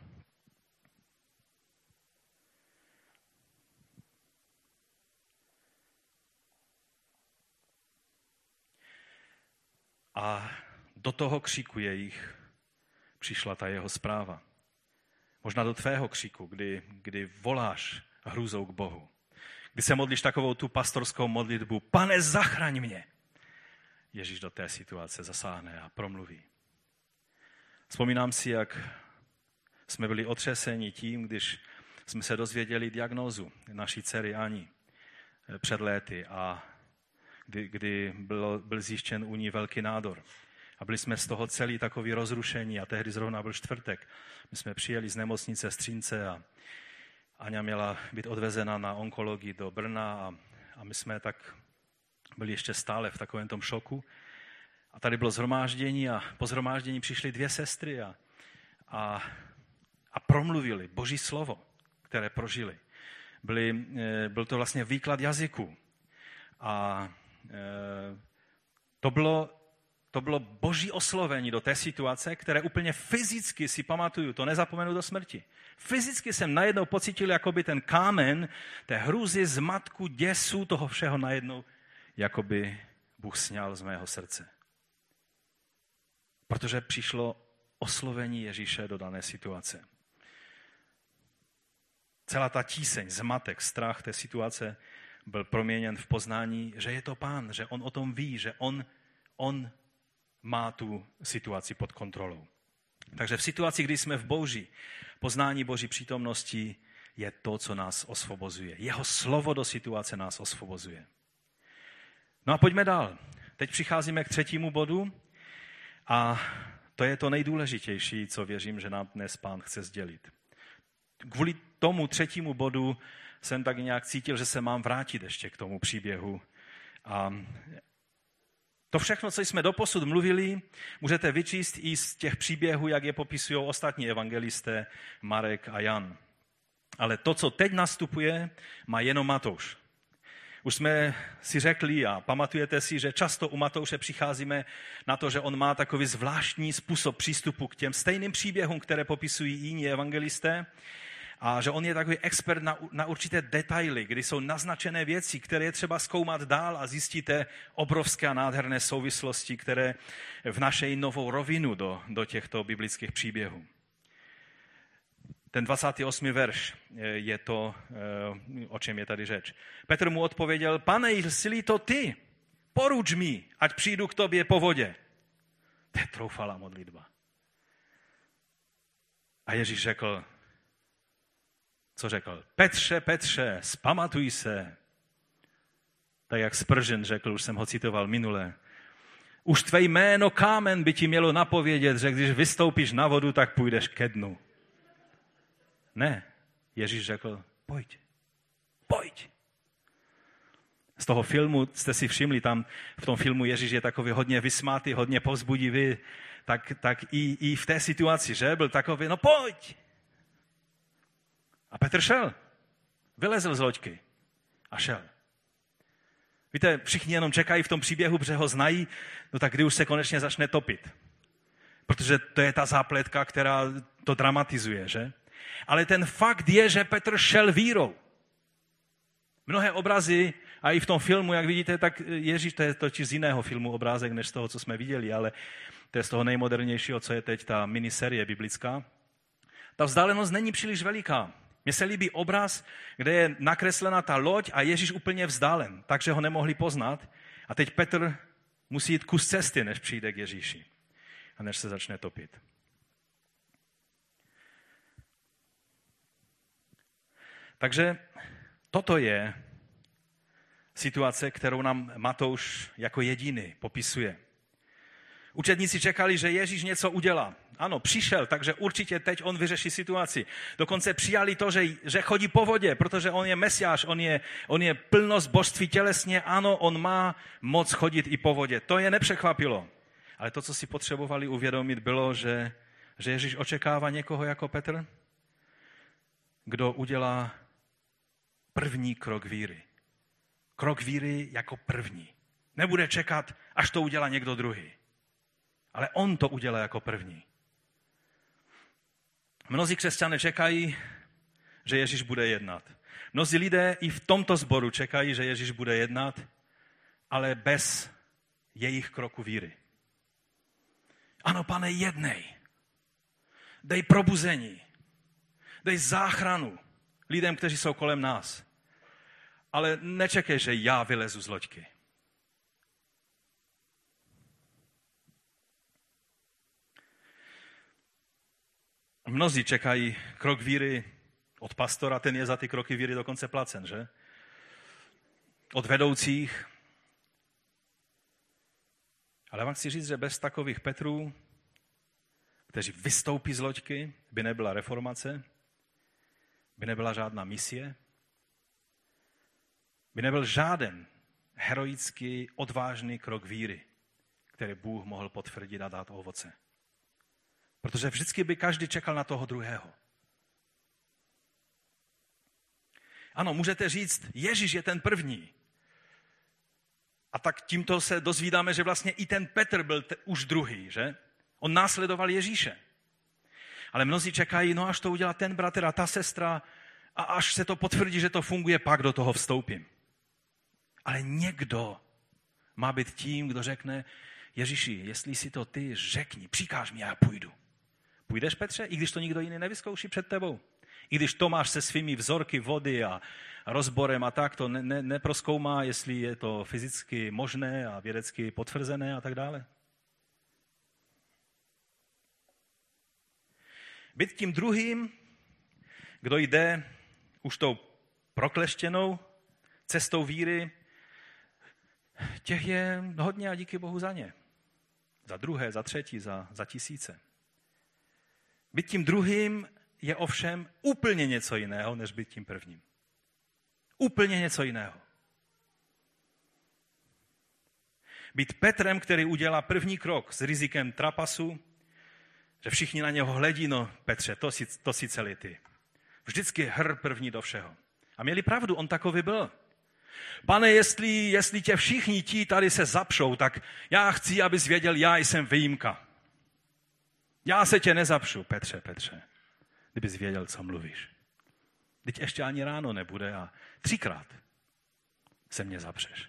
A do toho kříku jejich přišla ta jeho zpráva. Možná do tvého kříku, kdy, kdy voláš hrůzou k Bohu. Kdy se modlíš takovou tu pastorskou modlitbu, Pane, zachraň mě. Ježíš do té situace zasáhne a promluví. Vzpomínám si, jak jsme byli otřeseni tím, když jsme se dozvěděli diagnózu naší dcery Ani před léty, a kdy, kdy bylo, byl zjištěn u ní velký nádor. A byli jsme z toho celý takový rozrušení a tehdy zrovna byl čtvrtek. My jsme přijeli z nemocnice Střínce a Aňa měla být odvezena na onkologii do Brna a, a my jsme tak byli ještě stále v takovém tom šoku. A tady bylo shromáždění a po shromáždění přišly dvě sestry a, a, a promluvili Boží slovo, které prožili. Byli, byl to vlastně výklad jazyků. A e, to bylo To bylo Boží oslovení do té situace, které úplně fyzicky si pamatuju, to nezapomenu do smrti. Fyzicky jsem najednou pocítil, jakoby ten kámen té hrůzy, zmatku, děsu, toho všeho najednou, jakoby Bůh sňal z mého srdce. Protože přišlo oslovení Ježíše do dané situace. Celá ta tíseň, zmatek, strach té situace byl proměněn v poznání, že je to Pán, že on o tom ví, že on, on má tu situaci pod kontrolou. Takže v situaci, kdy jsme v bouři, poznání Boží přítomnosti je to, co nás osvobozuje. Jeho slovo do situace nás osvobozuje. No a pojďme dál. Teď přicházíme k třetímu bodu a to je to nejdůležitější, co věřím, že nám dnes Pán chce sdělit. Kvůli tomu třetímu bodu jsem tak nějak cítil, že se mám vrátit ještě k tomu příběhu. A to všechno, co jsme doposud mluvili, můžete vyčíst i z těch příběhů, jak je popisují ostatní evangelisté Marek a Jan. Ale to, co teď nastupuje, má jenom Matouš. Už jsme si řekli a pamatujete si, že často u Matouše přicházíme na to, že on má takový zvláštní způsob přístupu k těm stejným příběhům, které popisují jiní evangelisté, a že on je takový expert na, na určité detaily, kdy jsou naznačené věci, které je třeba zkoumat dál a zjistíte obrovské a nádherné souvislosti, které vnašejí novou rovinu do, do těchto biblických příběhů. Ten dvacátý osmý verš je to, o čem je tady řeč. Petr mu odpověděl: Pane, jsi-li to ty, poruč mi, ať přijdu k tobě po vodě. To je troufalá modlitba. A Ježíš řekl, co řekl? Petře, Petře, vzpamatuj se. Tak jak Spurgeon řekl, už jsem ho citoval minule. Už tvé jméno kámen by ti mělo napovědět, že když vystoupíš na vodu, tak půjdeš ke dnu. Ne, Ježíš řekl, pojď, pojď. Z toho filmu jste si všimli, tam v tom filmu Ježíš je takový hodně vysmátý, hodně povzbudivý, tak, tak i, i v té situaci, že byl takový, no pojď. A Petr šel, vylezl z loďky a šel. Víte, všichni jenom čekají v tom příběhu, protože ho znají, no tak kdy už se konečně začne topit. Protože to je ta zápletka, která to dramatizuje, že? Ale ten fakt je, že Petr šel vírou. Mnohé obrazy, a i v tom filmu, jak vidíte, tak Ježíš, to je totiž z jiného filmu obrázek, než z toho, co jsme viděli, ale to je z toho nejmodernějšího, co je teď ta miniserie biblická. Ta vzdálenost není příliš veliká. Mně se líbí obraz, kde je nakreslena ta loď a Ježíš úplně vzdálen, takže ho nemohli poznat. A teď Petr musí jít kus cesty, než přijde k Ježíši a než se začne topit. Takže toto je situace, kterou nám Matouš jako jediný popisuje. Učedníci čekali, že Ježíš něco udělá. Ano, přišel, takže určitě teď on vyřeší situaci. Dokonce přijali to, že, že chodí po vodě, protože on je Mesiáš, on je, on je plnost božství tělesně. Ano, on má moc chodit i po vodě. To je nepřekvapilo. Ale to, co si potřebovali uvědomit, bylo, že, že Ježíš očekává někoho jako Petr, kdo udělá první krok víry. Krok víry jako první. Nebude čekat, až to udělá někdo druhý. Ale on to udělá jako první. Mnozí křesťané čekají, že Ježíš bude jednat. Mnozí lidé i v tomto sboru čekají, že Ježíš bude jednat, ale bez jejich kroku víry. Ano, Pane, jednej. Dej probuzení. Dej záchranu lidem, kteří jsou kolem nás. Ale nečekej, že já vylezu z loďky. Mnozí čekají krok víry Od pastora, ten je za ty kroky víry dokonce placen, že? Od vedoucích. Ale vám chci říct, že bez takových Petrů, kteří vystoupí z loďky, by nebyla reformace, by nebyla žádná misie, by nebyl žáden heroický, odvážný krok víry, který Bůh mohl potvrdit a dát ovoce. Protože vždycky by každý čekal na toho druhého. Ano, můžete říct, Ježíš je ten první. A tak tímto se dozvídáme, že vlastně i ten Petr byl te, už druhý, že? On následoval Ježíše. Ale mnozí čekají, no až to udělá ten bratr a ta sestra a až se to potvrdí, že to funguje, pak do toho vstoupím. Ale někdo má být tím, kdo řekne, Ježíši, jestli si to ty řekni, přikáž mi, já půjdu. Půjdeš, Petře, i když to nikdo jiný nevyzkouší před tebou? I když Tomáš se svými vzorky vody a rozborem a tak to ne, ne, neprozkoumá, jestli je to fyzicky možné a vědecky potvrzené a tak dále. Být tím druhým, kdo jde už tou prokleštěnou cestou víry, těch je hodně a díky Bohu za ně. Za druhé, za třetí, za, za tisíce. Být tím druhým je ovšem úplně něco jiného, než být tím prvním. Úplně něco jiného. Být Petrem, který udělá první krok s rizikem trapasu, že všichni na něho hledí, no Petře, to si, to si celý ty. Vždycky hr první do všeho. A měli pravdu, on takový byl. Pane, jestli, jestli tě všichni ti tady se zapšou, tak já chci, abys věděl, já jsem výjimka. Já se tě nezapšu, Petře, Petře, kdybys věděl, co mluvíš. Teď ještě ani ráno nebude a třikrát se mě zapřeš.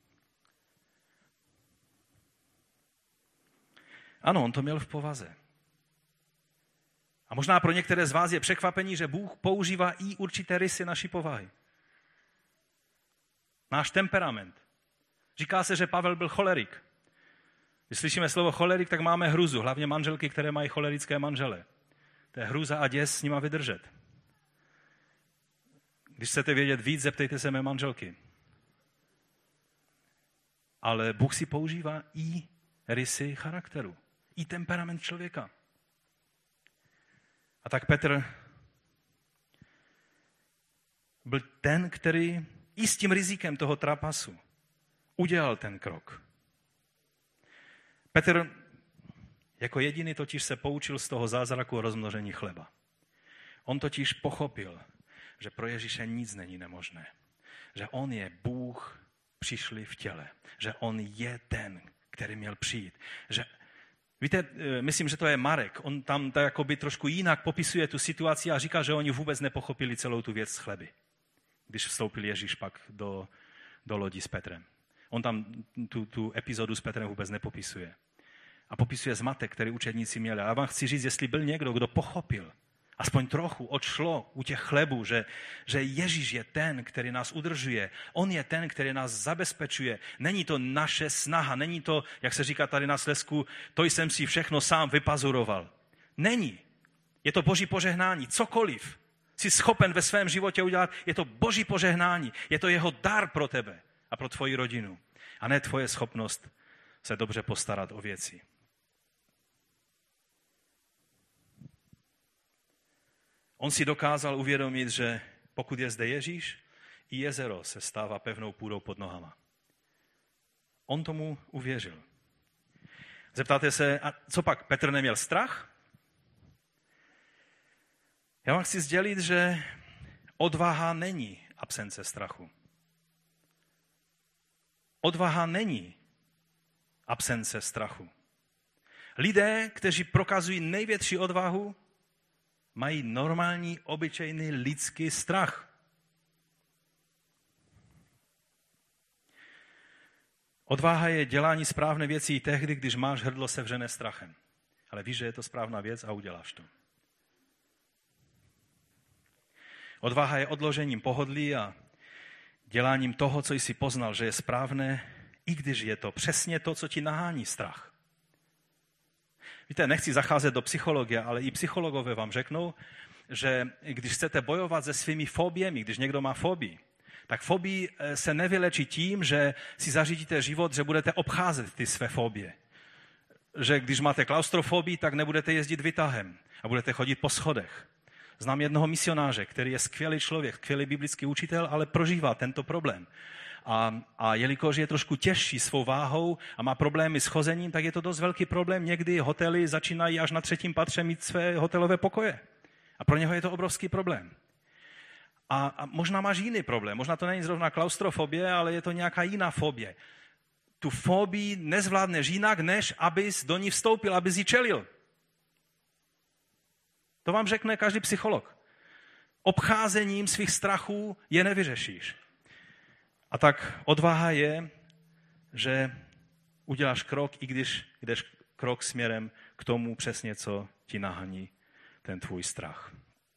Ano, on to měl v povaze. A možná pro některé z vás je překvapení, že Bůh používá i určité rysy naší povahy. Náš temperament. Říká se, že Pavel byl cholerik. Když slyšíme slovo cholerik, tak máme hruzu. Hlavně manželky, které mají cholerické manžele. To je hruza a děs s nima vydržet. Když chcete vědět víc, zeptejte se mé manželky. Ale Bůh si používá i rysy charakteru. I temperament člověka. A tak Petr byl ten, který i s tím rizikem toho trapasu udělal ten krok. Petr jako jediný totiž se poučil z toho zázraku o rozmnožení chleba. On totiž pochopil, že pro Ježíše nic není nemožné. Že on je Bůh přišli v těle. Že on je ten, který měl přijít. Že, víte, myslím, že to je Marek. On tam tak jakoby trošku jinak popisuje tu situaci a říká, že oni vůbec nepochopili celou tu věc s chleby. Když vstoupil Ježíš pak do, do lodi s Petrem. On tam tu, tu epizodu s Petrem vůbec nepopisuje. A popisuje zmatek, který učedníci měli. A já vám chci říct, jestli byl někdo, kdo pochopil, aspoň trochu odšlo u těch chlebů, že, že Ježíš je ten, který nás udržuje. On je ten, který nás zabezpečuje. Není to naše snaha, není to, jak se říká tady na Slezsku, to jsem si všechno sám vypazuroval. Není. Je to Boží požehnání. Cokoliv jsi schopen ve svém životě udělat, je to Boží požehnání. Je to jeho dar pro tebe a pro tvoji rodinu. A ne tvoje schopnost se dobře postarat o věci. On si dokázal uvědomit, že pokud je zde Ježíš, i jezero se stává pevnou půdou pod nohama. On tomu uvěřil. Zeptáte se, a co pak, Petr neměl strach? Já vám chci sdělit, že odvaha není absence strachu. Odvaha není absence strachu. Lidé, kteří prokazují největší odvahu, mají normální, obyčejný lidský strach. Odvaha je dělání správné věcí tehdy, když máš hrdlo sevřené strachem. Ale víš, že je to správná věc a uděláš to. Odvaha je odložením pohodlí a děláním toho, co jsi poznal, že je správné, i když je to přesně to, co ti nahání strach. Víte, nechci zacházet do psychologie, ale i psychologové vám řeknou, že když chcete bojovat se svými fobiemi, když někdo má fobii, tak fobii se nevylečí tím, že si zařídíte život, že budete obcházet ty své fobie. Že když máte klaustrofobii, tak nebudete jezdit vytahem a budete chodit po schodech. Znám jednoho misionáře, který je skvělý člověk, skvělý biblický učitel, ale prožívá tento problém. A, a jelikož je trošku těžší svou váhou a má problémy s chozením, tak je to dost velký problém. Někdy hotely začínají až na třetím patře mít své hotelové pokoje. A pro něho je to obrovský problém. A, a možná máš jiný problém. Možná to není zrovna klaustrofobie, ale je to nějaká jiná fobie. Tu fobii nezvládneš jinak, než abys do ní vstoupil, abys ji čelil. To vám řekne každý psycholog. Obcházením svých strachů je nevyřešíš. A tak odvaha je, že uděláš krok, i když jdeš krok směrem k tomu přesně, co ti nahání ten tvůj strach.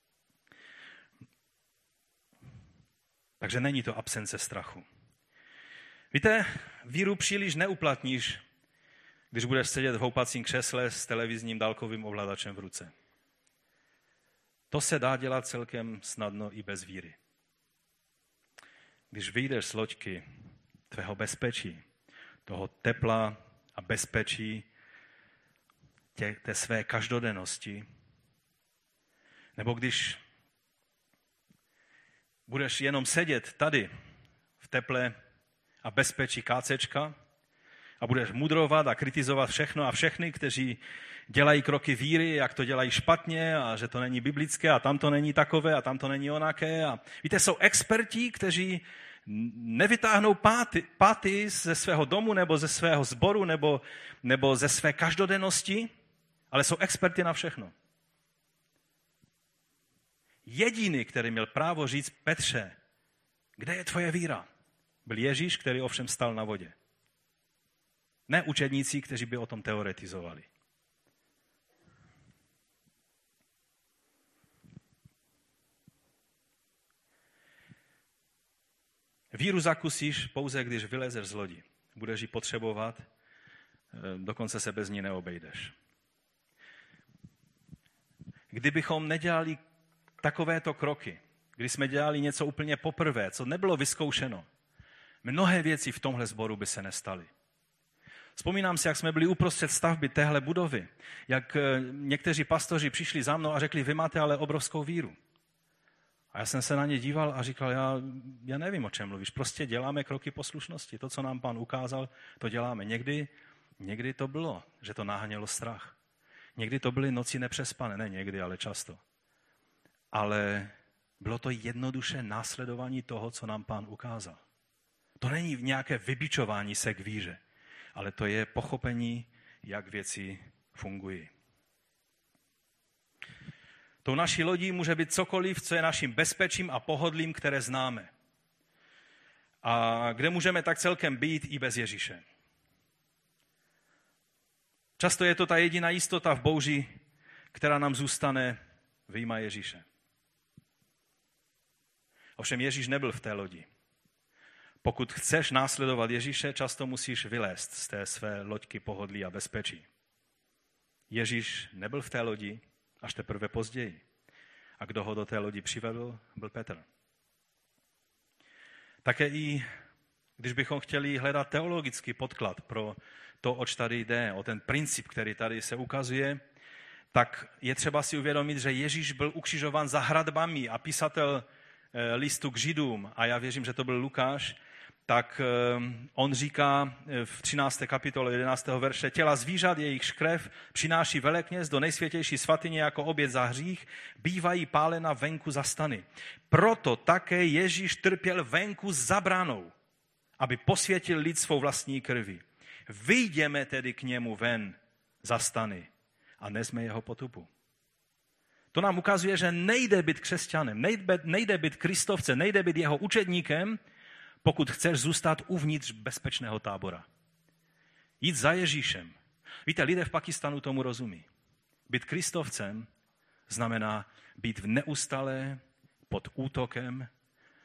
Takže není to absence strachu. Víte, víru příliš neuplatníš, když budeš sedět v houpacím křesle s televizním dálkovým ovladačem v ruce. To se dá dělat celkem snadno i bez víry. Když vyjdeš z loďky tvého bezpečí, toho tepla a bezpečí tě, té své každodennosti, nebo když budeš jenom sedět tady v teple a bezpečí kácečka a budeš mudrovat a kritizovat všechno a všechny, kteří dělají kroky víry, jak to dělají špatně a že to není biblické a tam to není takové a tam to není onaké. A víte, jsou experti, kteří nevytáhnou páty, páty ze svého domu nebo ze svého sboru nebo, nebo ze své každodennosti, ale jsou experti na všechno. Jediný, který měl právo říct Petře, kde je tvoje víra, byl Ježíš, který ovšem stál na vodě. Ne učedníci, kteří by o tom teoretizovali. Víru zakusíš pouze, když vylezeš z lodi. Budeš ji potřebovat, dokonce se bez ní neobejdeš. Kdybychom nedělali takovéto kroky, když jsme dělali něco úplně poprvé, co nebylo vyzkoušeno, mnohé věci v tomhle sboru by se nestaly. Vzpomínám si, jak jsme byli uprostřed stavby téhle budovy, jak někteří pastoři přišli za mnou a řekli, vy máte ale obrovskou víru. A já jsem se na ně díval a říkal, já, já nevím, o čem mluvíš, prostě děláme kroky poslušnosti. To, co nám Pán ukázal, to děláme. Někdy, někdy to bylo, že to nahánělo strach. Někdy to byly noci nepřespané, ne někdy, ale často. Ale bylo to jednoduše následování toho, co nám Pán ukázal. To není nějaké vybičování se k víře, ale to je pochopení, jak věci fungují. Tou naší lodí může být cokoliv, co je naším bezpečím a pohodlím, které známe. A kde můžeme tak celkem být i bez Ježíše. Často je to ta jediná jistota v bouři, která nám zůstane vyjma Ježíše. Ovšem Ježíš nebyl v té lodi. Pokud chceš následovat Ježíše, často musíš vylézt z té své loďky pohodlí a bezpečí. Ježíš nebyl v té lodi až teprve později. A kdo ho do té lodi přivedl, byl Petr. Také i když bychom chtěli hledat teologický podklad pro to, oč tady jde, o ten princip, který tady se ukazuje, tak je třeba si uvědomit, že Ježíš byl ukřižován za hradbami a písatel listu k Židům, a já věřím, že to byl Lukáš, tak on říká v třinácté kapitole jedenáctého verše, těla zvířat, jejich krev přináší velekněz do nejsvětější svatyně jako oběť za hřích, bývají pálena venku za stany. Proto také Ježíš trpěl venku za branou, aby posvětil lid svou vlastní krví. Vyjdeme tedy k němu ven za stany a nezme jeho potupu. To nám ukazuje, že nejde být křesťanem, nejde, nejde být kristovcem, nejde být jeho učedníkem, pokud chceš zůstat uvnitř bezpečného tábora. Jít za Ježíšem. Víte, lidé v Pakistanu tomu rozumí. Být kristovcem znamená být v neustále pod útokem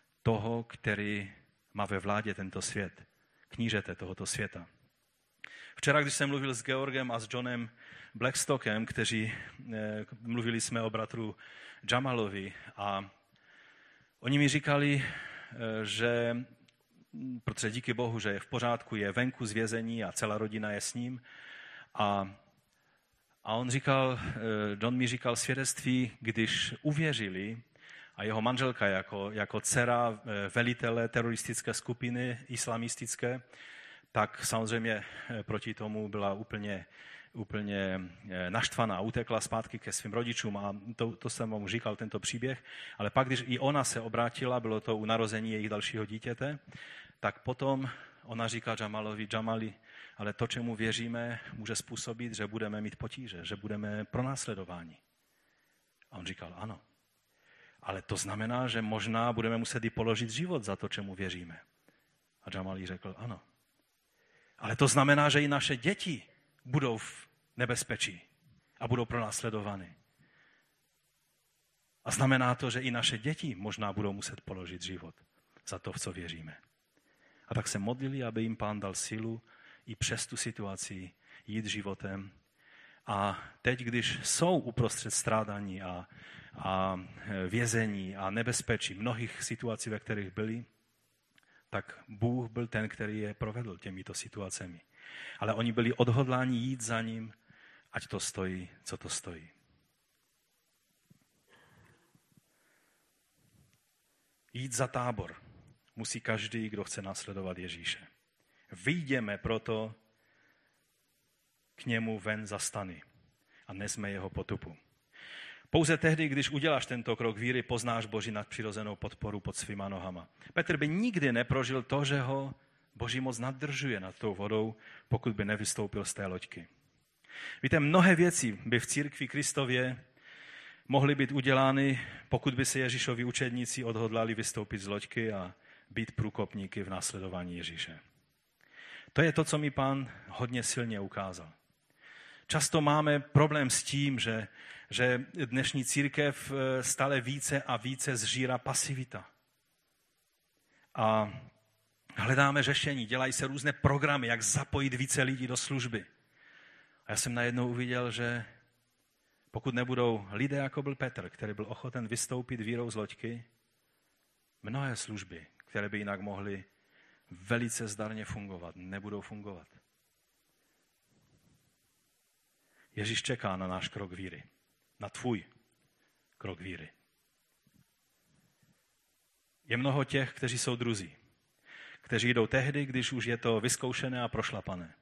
toho, který má ve vládě tento svět, knížete tohoto světa. Včera, když jsem mluvil s Georgem a s Johnem Blackstockem, kteří eh, mluvili jsme o bratru Jamalovi a oni mi říkali, eh, že protože díky Bohu, že je v pořádku, je venku z vězení a celá rodina je s ním. A, a on říkal, John mi říkal svědectví, když uvěřili a jeho manželka jako, jako dcera velitele teroristické skupiny islamistické, tak samozřejmě proti tomu byla úplně, úplně naštvaná. Utekla zpátky ke svým rodičům a to, to jsem mu říkal, tento příběh. Ale pak, když i ona se obrátila, bylo to u narození jejich dalšího dítěte, tak potom ona říká Jamalovi, Jamali, ale to, čemu věříme, může způsobit, že budeme mít potíže, že budeme pronásledováni. A on říkal, ano. Ale to znamená, že možná budeme muset i položit život za to, čemu věříme. A Jamali řekl, ano. Ale to znamená, že i naše děti budou v nebezpečí a budou pronásledovány. A znamená to, že i naše děti možná budou muset položit život za to, v co věříme. A tak se modlili, aby jim Pán dal sílu i přes tu situaci jít životem. A teď, když jsou uprostřed strádání a, a vězení a nebezpečí, mnohých situací, ve kterých byli, tak Bůh byl ten, který je provedl těmito situacemi. Ale oni byli odhodláni jít za ním, ať to stojí, co to stojí. Jít za Tábor musí každý, kdo chce následovat Ježíše. Vyjdeme proto k němu ven za stany a nesme jeho potupu. Pouze tehdy, když uděláš tento krok víry, poznáš Boží nadpřirozenou podporu pod svýma nohama. Petr by nikdy neprožil to, že ho Boží moc naddržuje nad tou vodou, pokud by nevystoupil z té loďky. Víte, mnohé věci by v církvi Kristově mohly být udělány, pokud by se Ježíšovi učedníci odhodlali vystoupit z loďky a být průkopníky v následování Ježíše. To je to, co mi Pán hodně silně ukázal. Často máme problém s tím, že, že dnešní církev stále více a více zžírá pasivita. A hledáme řešení, dělají se různé programy, jak zapojit více lidí do služby. A já jsem najednou uviděl, že pokud nebudou lidé, jako byl Petr, který byl ochoten vystoupit vírou z loďky, mnohé služby, které by jinak mohly velice zdarně fungovat, nebudou fungovat. Ježíš čeká na náš krok víry, na tvůj krok víry. Je mnoho těch, kteří jsou druzí, kteří jdou tehdy, když už je to vyzkoušené a prošlapané.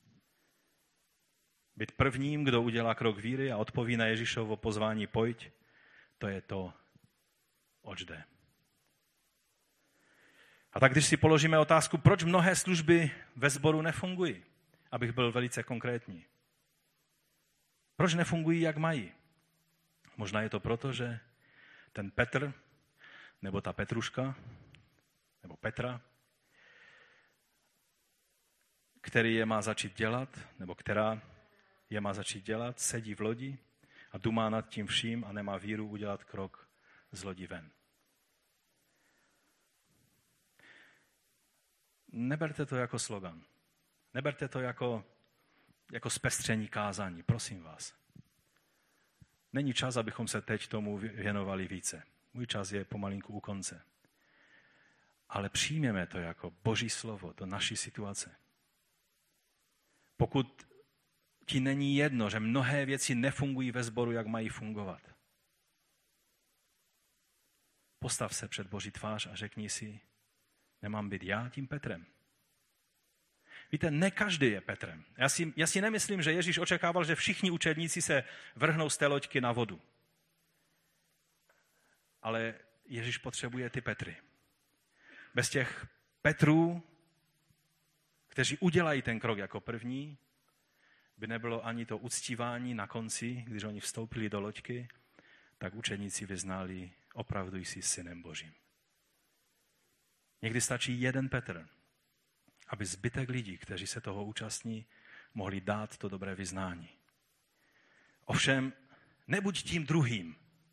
Být prvním, kdo udělá krok víry a odpoví na Ježíšovo pozvání pojď, to je to, oč jde. A tak když si položíme otázku, proč mnohé služby ve sboru nefungují, abych byl velice konkrétní. Proč nefungují, jak mají? Možná je to proto, že ten Petr, nebo ta Petruška, nebo Petra, který je má začít dělat, nebo která je má začít dělat, sedí v lodi a dumá nad tím vším a nemá víru udělat krok z lodi ven. Neberte to jako slogan. Neberte to jako, jako zpestření kázání, prosím vás. Není čas, abychom se teď tomu věnovali více. Můj čas je pomalinku u konce. Ale přijměme to jako Boží slovo do naší situace. Pokud ti není jedno, že mnohé věci nefungují ve sboru, jak mají fungovat, postav se před Boží tvář a řekni si, nemám být já tím Petrem. Víte, ne každý je Petrem. Já si, já si nemyslím, že Ježíš očekával, že všichni učedníci se vrhnou z té loďky na vodu. Ale Ježíš potřebuje ty Petry. Bez těch Petrů, kteří udělají ten krok jako první, by nebylo ani to uctívání na konci, když oni vstoupili do loďky, tak učedníci vyznali, opravdu jsi synem Božím. Někdy stačí jeden Petr, aby zbytek lidí, kteří se toho účastní, mohli dát to dobré vyznání. Ovšem, nebuď tím druhým,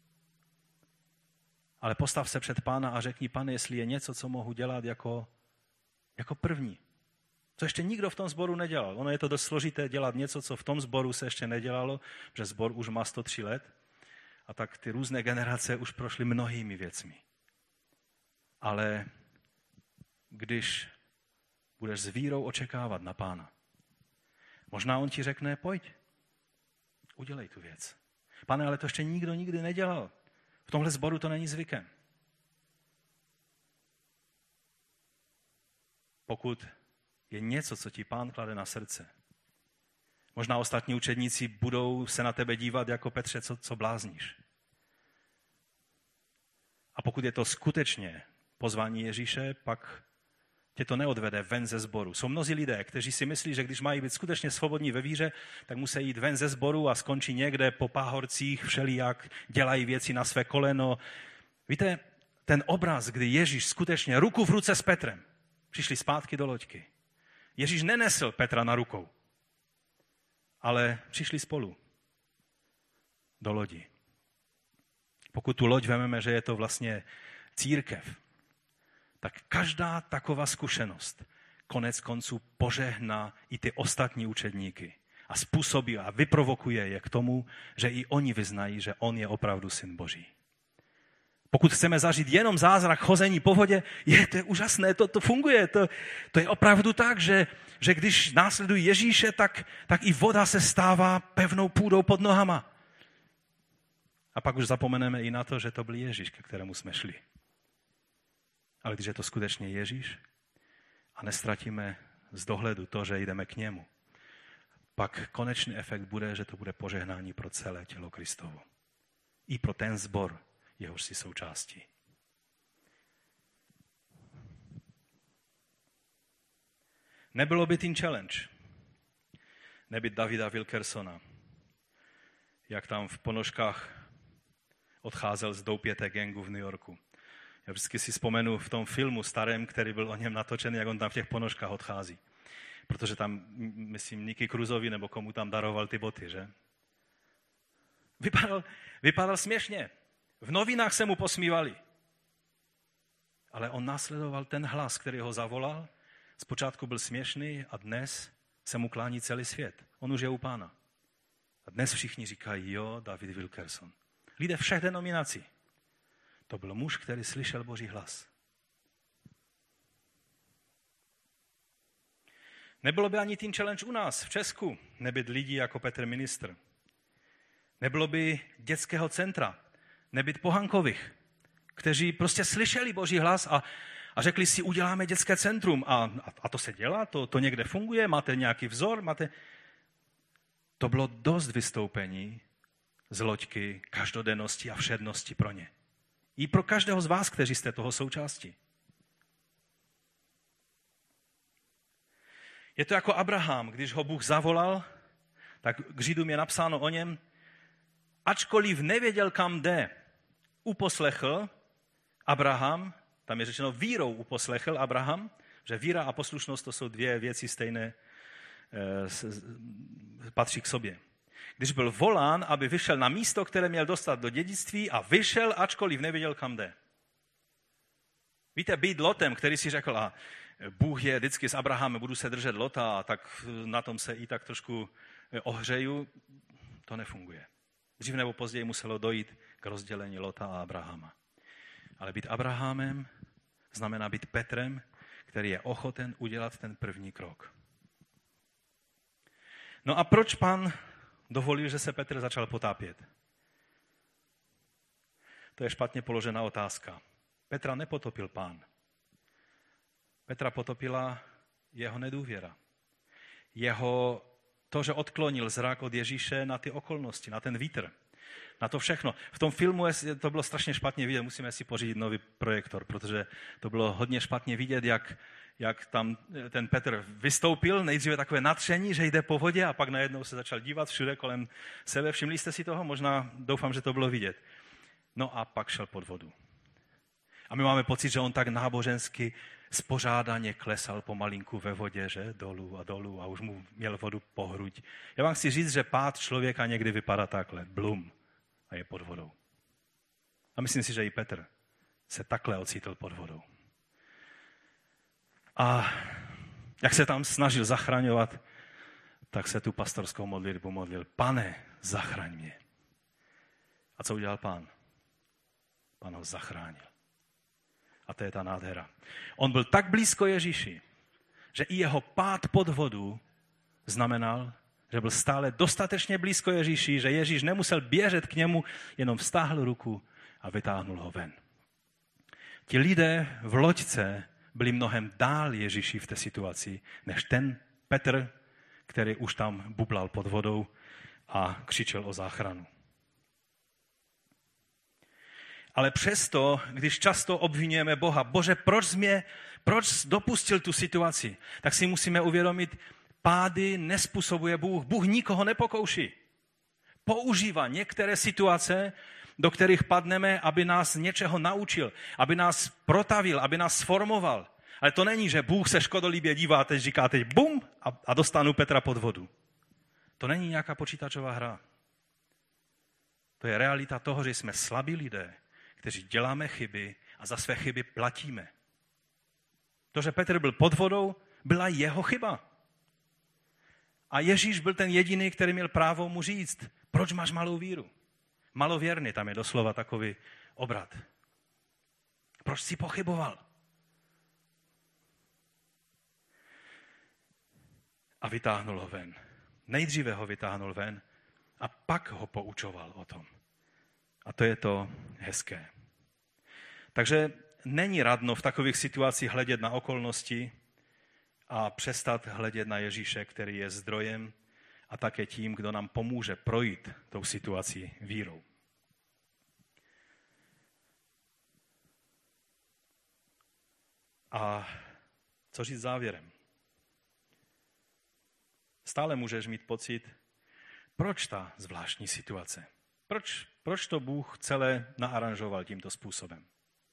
ale postav se před Pána a řekni, Pane, jestli je něco, co mohu dělat jako, jako první. Co ještě nikdo v tom sboru nedělal. Ono je to dost složité dělat něco, co v tom sboru se ještě nedělalo, protože sbor už má sto tři let a tak ty různé generace už prošly mnohými věcmi. Ale když budeš s vírou očekávat na Pána, možná on ti řekne, pojď, udělej tu věc. Pane, ale to ještě nikdo nikdy nedělal. V tomhle sboru to není zvykem. Pokud je něco, co ti Pán klade na srdce, možná ostatní učedníci budou se na tebe dívat jako Petře, co, co blázníš. A pokud je to skutečně pozvání Ježíše, pak tě to neodvede ven ze sboru. Jsou mnozí lidé, kteří si myslí, že když mají být skutečně svobodní ve víře, tak musí jít ven ze sboru a skončí někde po páhorcích, všelijak, dělají věci na své koleno. Víte, ten obraz, kdy Ježíš skutečně ruku v ruce s Petrem přišli zpátky do loďky. Ježíš nenesl Petra na rukou, ale přišli spolu do lodi. Pokud tu loď vememe, že je to vlastně církev, tak každá taková zkušenost konec konců požehná i ty ostatní učedníky a způsobí a vyprovokuje je k tomu, že i oni vyznají, že on je opravdu syn Boží. Pokud chceme zažít jenom zázrak chození po vodě, je to úžasné, to, to funguje. To, to je opravdu tak, že, že když následují Ježíše, tak, tak i voda se stává pevnou půdou pod nohama. A pak už zapomeneme i na to, že to byl Ježíš, ke kterému jsme šli. Ale když je to skutečně Ježíš a nestratíme z dohledu to, že jdeme k němu, pak konečný efekt bude, že to bude požehnání pro celé tělo Kristovo. I pro ten sbor, jehož si součástí. Nebylo by Teen Challenge nebýt Davida Wilkersona, jak tam v ponožkách odcházel z doupěté gangu v New Yorku. Já vždycky si vzpomenu v tom filmu starém, který byl o něm natočený, jak on tam v těch ponožkách odchází. Protože tam, myslím, Nicky Cruiseovi nebo komu tam daroval ty boty, že? Vypadal, vypadal směšně. V novinách se mu posmívali. Ale on následoval ten hlas, který ho zavolal. Zpočátku byl směšný a dnes se mu klání celý svět. On už je u Pána. A dnes všichni říkají, jo, David Wilkerson. Lidé všech denominací. To byl muž, který slyšel Boží hlas. Nebylo by ani Teen Challenge u nás v Česku, nebyt lidí jako Petr Ministr. Nebylo by dětského centra, nebyt Pohankových, kteří prostě slyšeli Boží hlas a, a řekli si, uděláme dětské centrum. A, a to se dělá, to, to někde funguje, máte nějaký vzor, máte... To bylo dost vystoupení z loďky, každodennosti a všednosti pro ně. I pro každého z vás, kteří jste toho součástí. Je to jako Abraham, když ho Bůh zavolal, tak k Židům je napsáno o něm, ačkoliv nevěděl, kam jde, uposlechl Abraham, tam je řečeno vírou uposlechl Abraham, že víra a poslušnost to jsou dvě věci stejné, patří k sobě. Když byl volán, aby vyšel na místo, které měl dostat do dědictví a vyšel, ačkoliv nevěděl, kam jde. Víte, být Lotem, který si řekl, a Bůh je vždycky s Abrahamem, budu se držet Lota, a tak na tom se i tak trošku ohřeju, to nefunguje. Dřív nebo později muselo dojít k rozdělení Lota a Abrahama. Ale být Abrahamem znamená být Petrem, který je ochoten udělat ten první krok. No a proč Pán dovolil, že se Petr začal potápět? To je špatně položená otázka. Petra nepotopil Pán. Petra potopila jeho nedůvěra. Jeho to, že odklonil zrak od Ježíše na ty okolnosti, na ten vítr, na to všechno. V tom filmu to bylo strašně špatně vidět, musíme si pořídit nový projektor, protože to bylo hodně špatně vidět, jak, jak tam ten Petr vystoupil, nejdříve takové natření, že jde po vodě a pak najednou se začal dívat všude kolem sebe. Všimli jste si toho? Možná doufám, že to bylo vidět. No a pak šel pod vodu. A my máme pocit, že on tak nábožensky spořádaně klesal pomalinku ve vodě, že dolů a dolů a už mu měl vodu po hruď. Já vám chci říct, že pád člověka někdy vypadá takhle, blum, a je pod vodou. A myslím si, že i Petr se takhle ocitl pod vodou. A Jak se tam snažil zachraňovat, tak se tu pastorskou modlitbu modlil. Pane, zachraň mě. A co udělal Pán? Pán ho zachránil. A to je ta nádhera. On byl tak blízko Ježíši, že i jeho pád pod vodu znamenal, že byl stále dostatečně blízko Ježíši, že Ježíš nemusel běžet k němu, jenom vztáhl ruku a vytáhnul ho ven. Ti lidé v loďce byli mnohem dál Ježíši v té situaci, než ten Petr, který už tam bublal pod vodou a křičel o záchranu. Ale přesto, když často obvinujeme Boha, Bože, proč jsi mě, proč jsi dopustil tu situaci, tak si musíme uvědomit, pády nespůsobuje Bůh. Bůh nikoho nepokouší. Používá některé situace, do kterých padneme, aby nás něčeho naučil, aby nás protavil, aby nás sformoval. Ale to není, že Bůh se škodolibě dívá a teď říká teď bum a, a dostanu Petra pod vodu. To není nějaká počítačová hra. To je realita toho, že jsme slabí lidé, kteří děláme chyby a za své chyby platíme. To, že Petr byl pod vodou, byla jeho chyba. A Ježíš byl ten jediný, který měl právo mu říct, proč máš malou víru? Malověrný, tam je doslova takový obrat. Proč jsi pochyboval? A vytáhnul ho ven. Nejdříve ho vytáhnul ven a pak ho poučoval o tom. A to je to hezké. Takže není radno v takových situacích hledět na okolnosti a přestat hledět na Ježíše, který je zdrojem a také tím, kdo nám pomůže projít tou situací vírou. A co říct závěrem? Stále můžeš mít pocit, proč ta zvláštní situace? Proč, proč to Bůh celé naaranžoval tímto způsobem?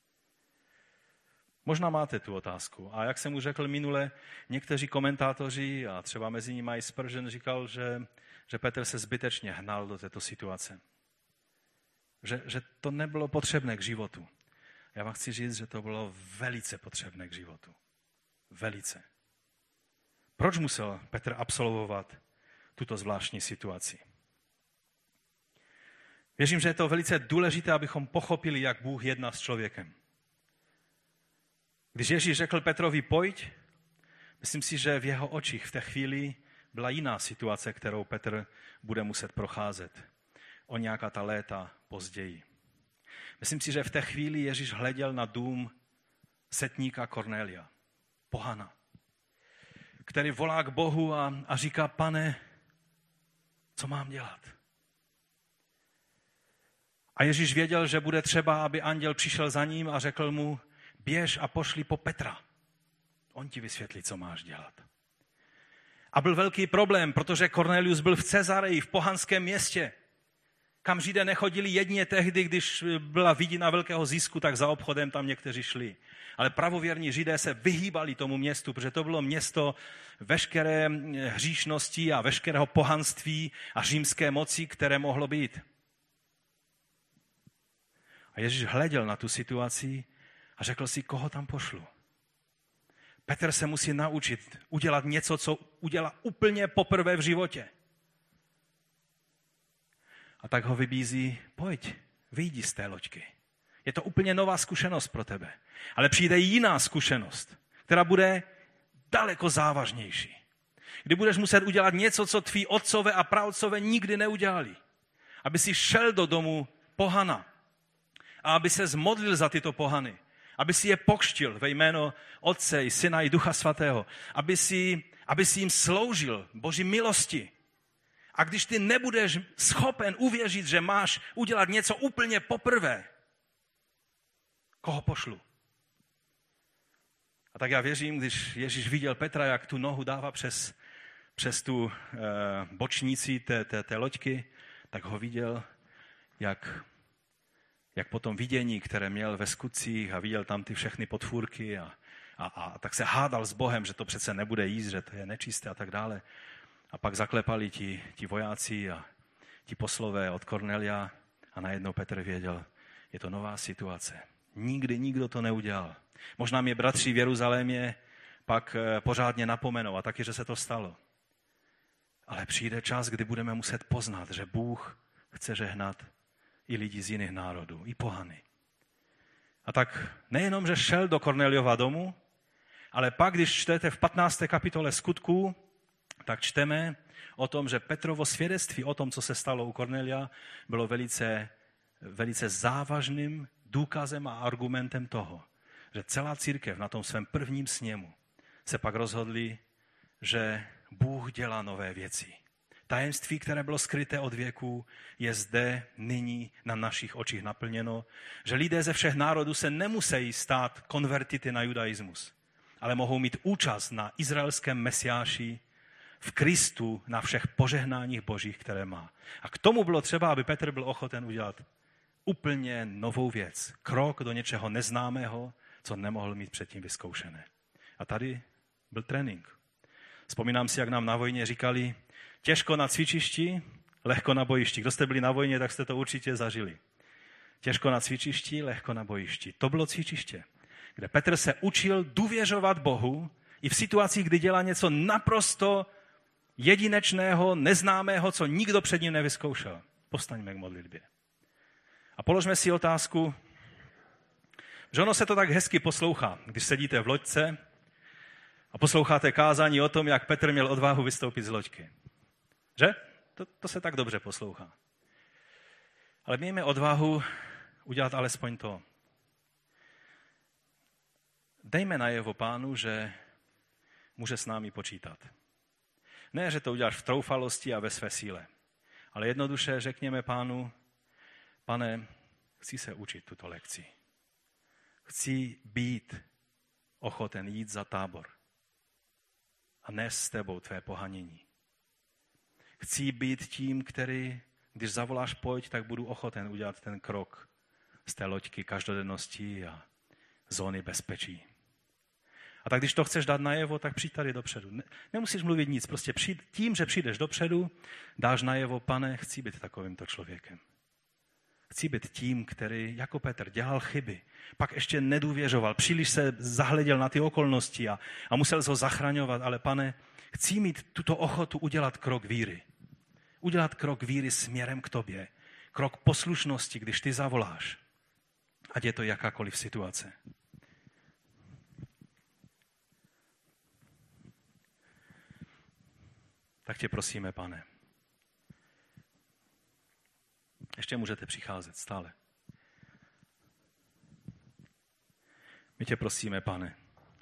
Možná máte tu otázku. A jak jsem už řekl minule, někteří komentátoři, a třeba mezi nimi i Spurgeon, říkal, že, že Petr se zbytečně hnal do této situace. Že, že to nebylo potřebné k životu. Já vám chci říct, že to bylo velice potřebné k životu. Velice. Proč musel Petr absolvovat tuto zvláštní situaci? Věřím, že je to velice důležité, abychom pochopili, jak Bůh jedná s člověkem. Když Ježíš řekl Petrovi pojď, myslím si, že v jeho očích v té chvíli byla jiná situace, kterou Petr bude muset procházet o nějaká ta léta později. Myslím si, že v té chvíli Ježíš hleděl na dům setníka Kornélia, pohana, který volá k Bohu a, a říká, pane, co mám dělat? A Ježíš věděl, že bude třeba, aby anděl přišel za ním a řekl mu, běž a pošli po Petra. On ti vysvětlí, co máš dělat. A byl velký problém, protože Kornelius byl v Cezareji, v pohanském městě, kam Židé nechodili jedině tehdy, když byla vidina velkého zisku, tak za obchodem tam někteří šli. Ale pravověrní Židé se vyhýbali tomu městu, protože to bylo město veškeré hříšnosti a veškerého pohanství a římské moci, které mohlo být. A Ježíš hleděl na tu situaci a řekl si, koho tam pošlu. Petr se musí naučit udělat něco, co udělá úplně poprvé v životě. A tak ho vybízí, pojď, vyjdi z té loďky. Je to úplně nová zkušenost pro tebe. Ale přijde jiná zkušenost, která bude daleko závažnější. Kdy budeš muset udělat něco, co tví otcové a praotcové nikdy neudělali. Aby si šel do domu pohana a aby se zmodlil za tyto pohany. Aby si je pokřtil ve jméno Otce i Syna i Ducha Svatého. Aby si, aby si jim sloužil Boží milosti. A když ty nebudeš schopen uvěřit, že máš udělat něco úplně poprvé, koho pošlu? A tak já věřím, když Ježíš viděl Petra, jak tu nohu dává přes, přes tu e, bočnici té, té, té loďky, tak ho viděl, jak, jak po tom vidění, které měl ve skutcích a viděl tam ty všechny podfůrky a, a, a tak se hádal s Bohem, že to přece nebude jíst, že to je nečisté a tak dále. A pak zaklepali ti, ti vojáci a ti poslové od Kornelia a najednou Petr věděl, je to nová situace. Nikdy nikdo to neudělal. Možná mě bratři v Jeruzalémě pak pořádně napomenou a taky, že se to stalo. Ale přijde čas, kdy budeme muset poznat, že Bůh chce žehnat i lidi z jiných národů, i pohany. A tak nejenom, že šel do Korneliova domu, ale pak, když čtete v patnácté kapitole Skutků, tak čteme o tom, že Petrovo svědectví o tom, co se stalo u Kornelia, bylo velice, velice závažným důkazem a argumentem toho, že celá církev na tom svém prvním sněmu se pak rozhodli, že Bůh dělá nové věci. Tajemství, které bylo skryté od věků, je zde nyní na našich očích naplněno, že lidé ze všech národů se nemusí stát konvertity na judaismus, ale mohou mít účast na izraelském mesiáši, v Kristu, na všech požehnáních božích, které má. A k tomu bylo třeba, aby Petr byl ochoten udělat úplně novou věc. Krok do něčeho neznámého, co nemohl mít předtím vyzkoušené. A tady byl trénink. Vzpomínám si, jak nám na vojně říkali, těžko na cvičišti, lehko na bojišti. Kdo jste byli na vojně, tak jste to určitě zažili. Těžko na cvičišti, lehko na bojišti. To bylo cvičiště, kde Petr se učil důvěřovat Bohu i v situacích, kdy dělá něco naprosto jedinečného, neznámého, co nikdo před ním nevyzkoušel. Postaňme k modlitbě. A položme si otázku, že ono se to tak hezky poslouchá, když sedíte v loďce a posloucháte kázání o tom, jak Petr měl odvahu vystoupit z loďky. Že? To, to se tak dobře poslouchá. Ale mějme odvahu udělat alespoň to. Dejme najevo Pánu, že může s námi počítat. Ne, že to uděláš v troufalosti a ve své síle, ale jednoduše řekněme Pánu, Pane, chci se učit tuto lekci. Chci být ochoten jít za tábor a nést s tebou tvé pohanění. Chci být tím, který, když zavoláš pojď, tak budu ochoten udělat ten krok z té loďky každodennosti a zóny bezpečí. A tak když to chceš dát najevo, tak přijď tady dopředu. Ne, nemusíš mluvit nic, prostě přijď, tím, že přijdeš dopředu, dáš najevo, Pane, chci být takovýmto člověkem. Chci být tím, který jako Petr dělal chyby, pak ještě nedůvěřoval, příliš se zahleděl na ty okolnosti a, a musel se ho zachraňovat, ale Pane, chci mít tuto ochotu udělat krok víry. Udělat krok víry směrem k tobě. Krok poslušnosti, když ty zavoláš. Ať je to jakákoliv situace. Tak tě prosíme, Pane. Ještě můžete přicházet stále. My tě prosíme, Pane.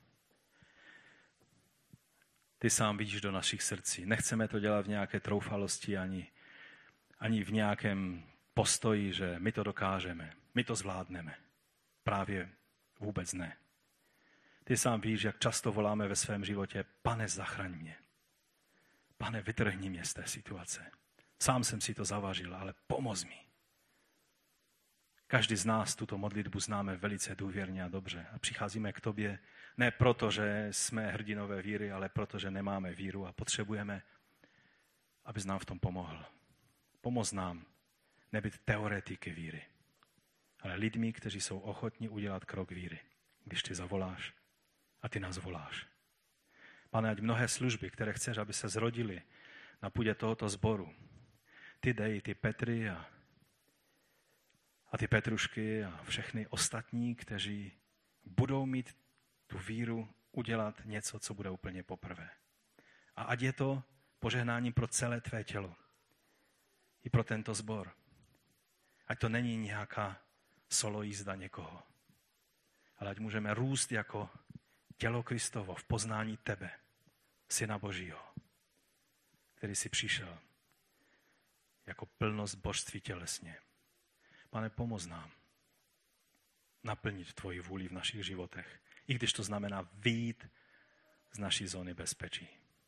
Ty sám vidíš do našich srdcí. Nechceme to dělat v nějaké troufalosti ani, ani v nějakém postoji, že my to dokážeme, my to zvládneme. Právě vůbec ne. Ty sám víš, jak často voláme ve svém životě, Pane, zachraň mě. Pane, vytrhni mě z té situace. Sám jsem si to zavažil, ale pomoz mi. Každý z nás tuto modlitbu známe velice důvěrně a dobře. A přicházíme k tobě ne proto, že jsme hrdinové víry, ale proto, že nemáme víru a potřebujeme, abys nám v tom pomohl. Pomoz nám nebyt teoretiky víry, ale lidmi, kteří jsou ochotní udělat krok víry, když ty zavoláš a ty nás voláš. Pane, ať mnohé služby, které chceš, aby se zrodily na půdě tohoto sboru, ty dej, ty Petry a, a ty Petrušky a všechny ostatní, kteří budou mít tu víru udělat něco, co bude úplně poprvé. A ať je to požehnáním pro celé tvé tělo. I pro tento sbor. Ať to není nějaká solo jízda někoho. Ale ať můžeme růst jako tělo Kristovo v poznání tebe, Syna Božího, který si přišel jako plnost božství tělesně. Pane, pomoz nám naplnit tvoji vůli v našich životech, i když to znamená vyjít z naší zóny bezpečí.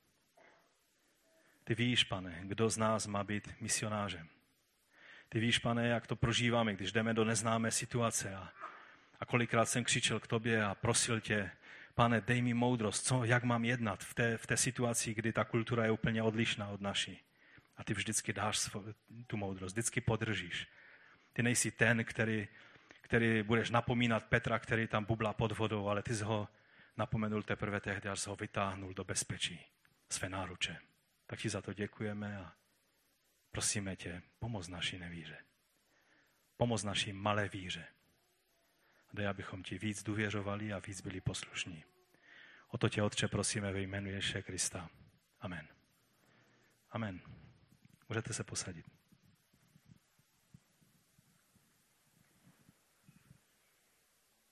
Ty víš, Pane, kdo z nás má být misionářem. Ty víš, Pane, jak to prožíváme, když jdeme do neznámé situace a, a kolikrát jsem křičel k tobě a prosil tě, Pane, dej mi moudrost, co, jak mám jednat v té, v té situaci, kdy ta kultura je úplně odlišná od naší. A ty vždycky dáš svo, tu moudrost, vždycky podržíš. Ty nejsi ten, který, který budeš napomínat Petra, který tam bublá pod vodou, ale ty jsi ho napomenul teprve tehdy, až ho vytáhnul do bezpečí své náruče. Tak ti za to děkujeme a prosíme tě, pomoz naší nevíře. Pomoz naší malé víře. Dej, abychom ti víc důvěřovali a víc byli poslušní. O to tě, Otče, prosíme ve jménu Ježíše Krista. Amen. Amen. Můžete se posadit.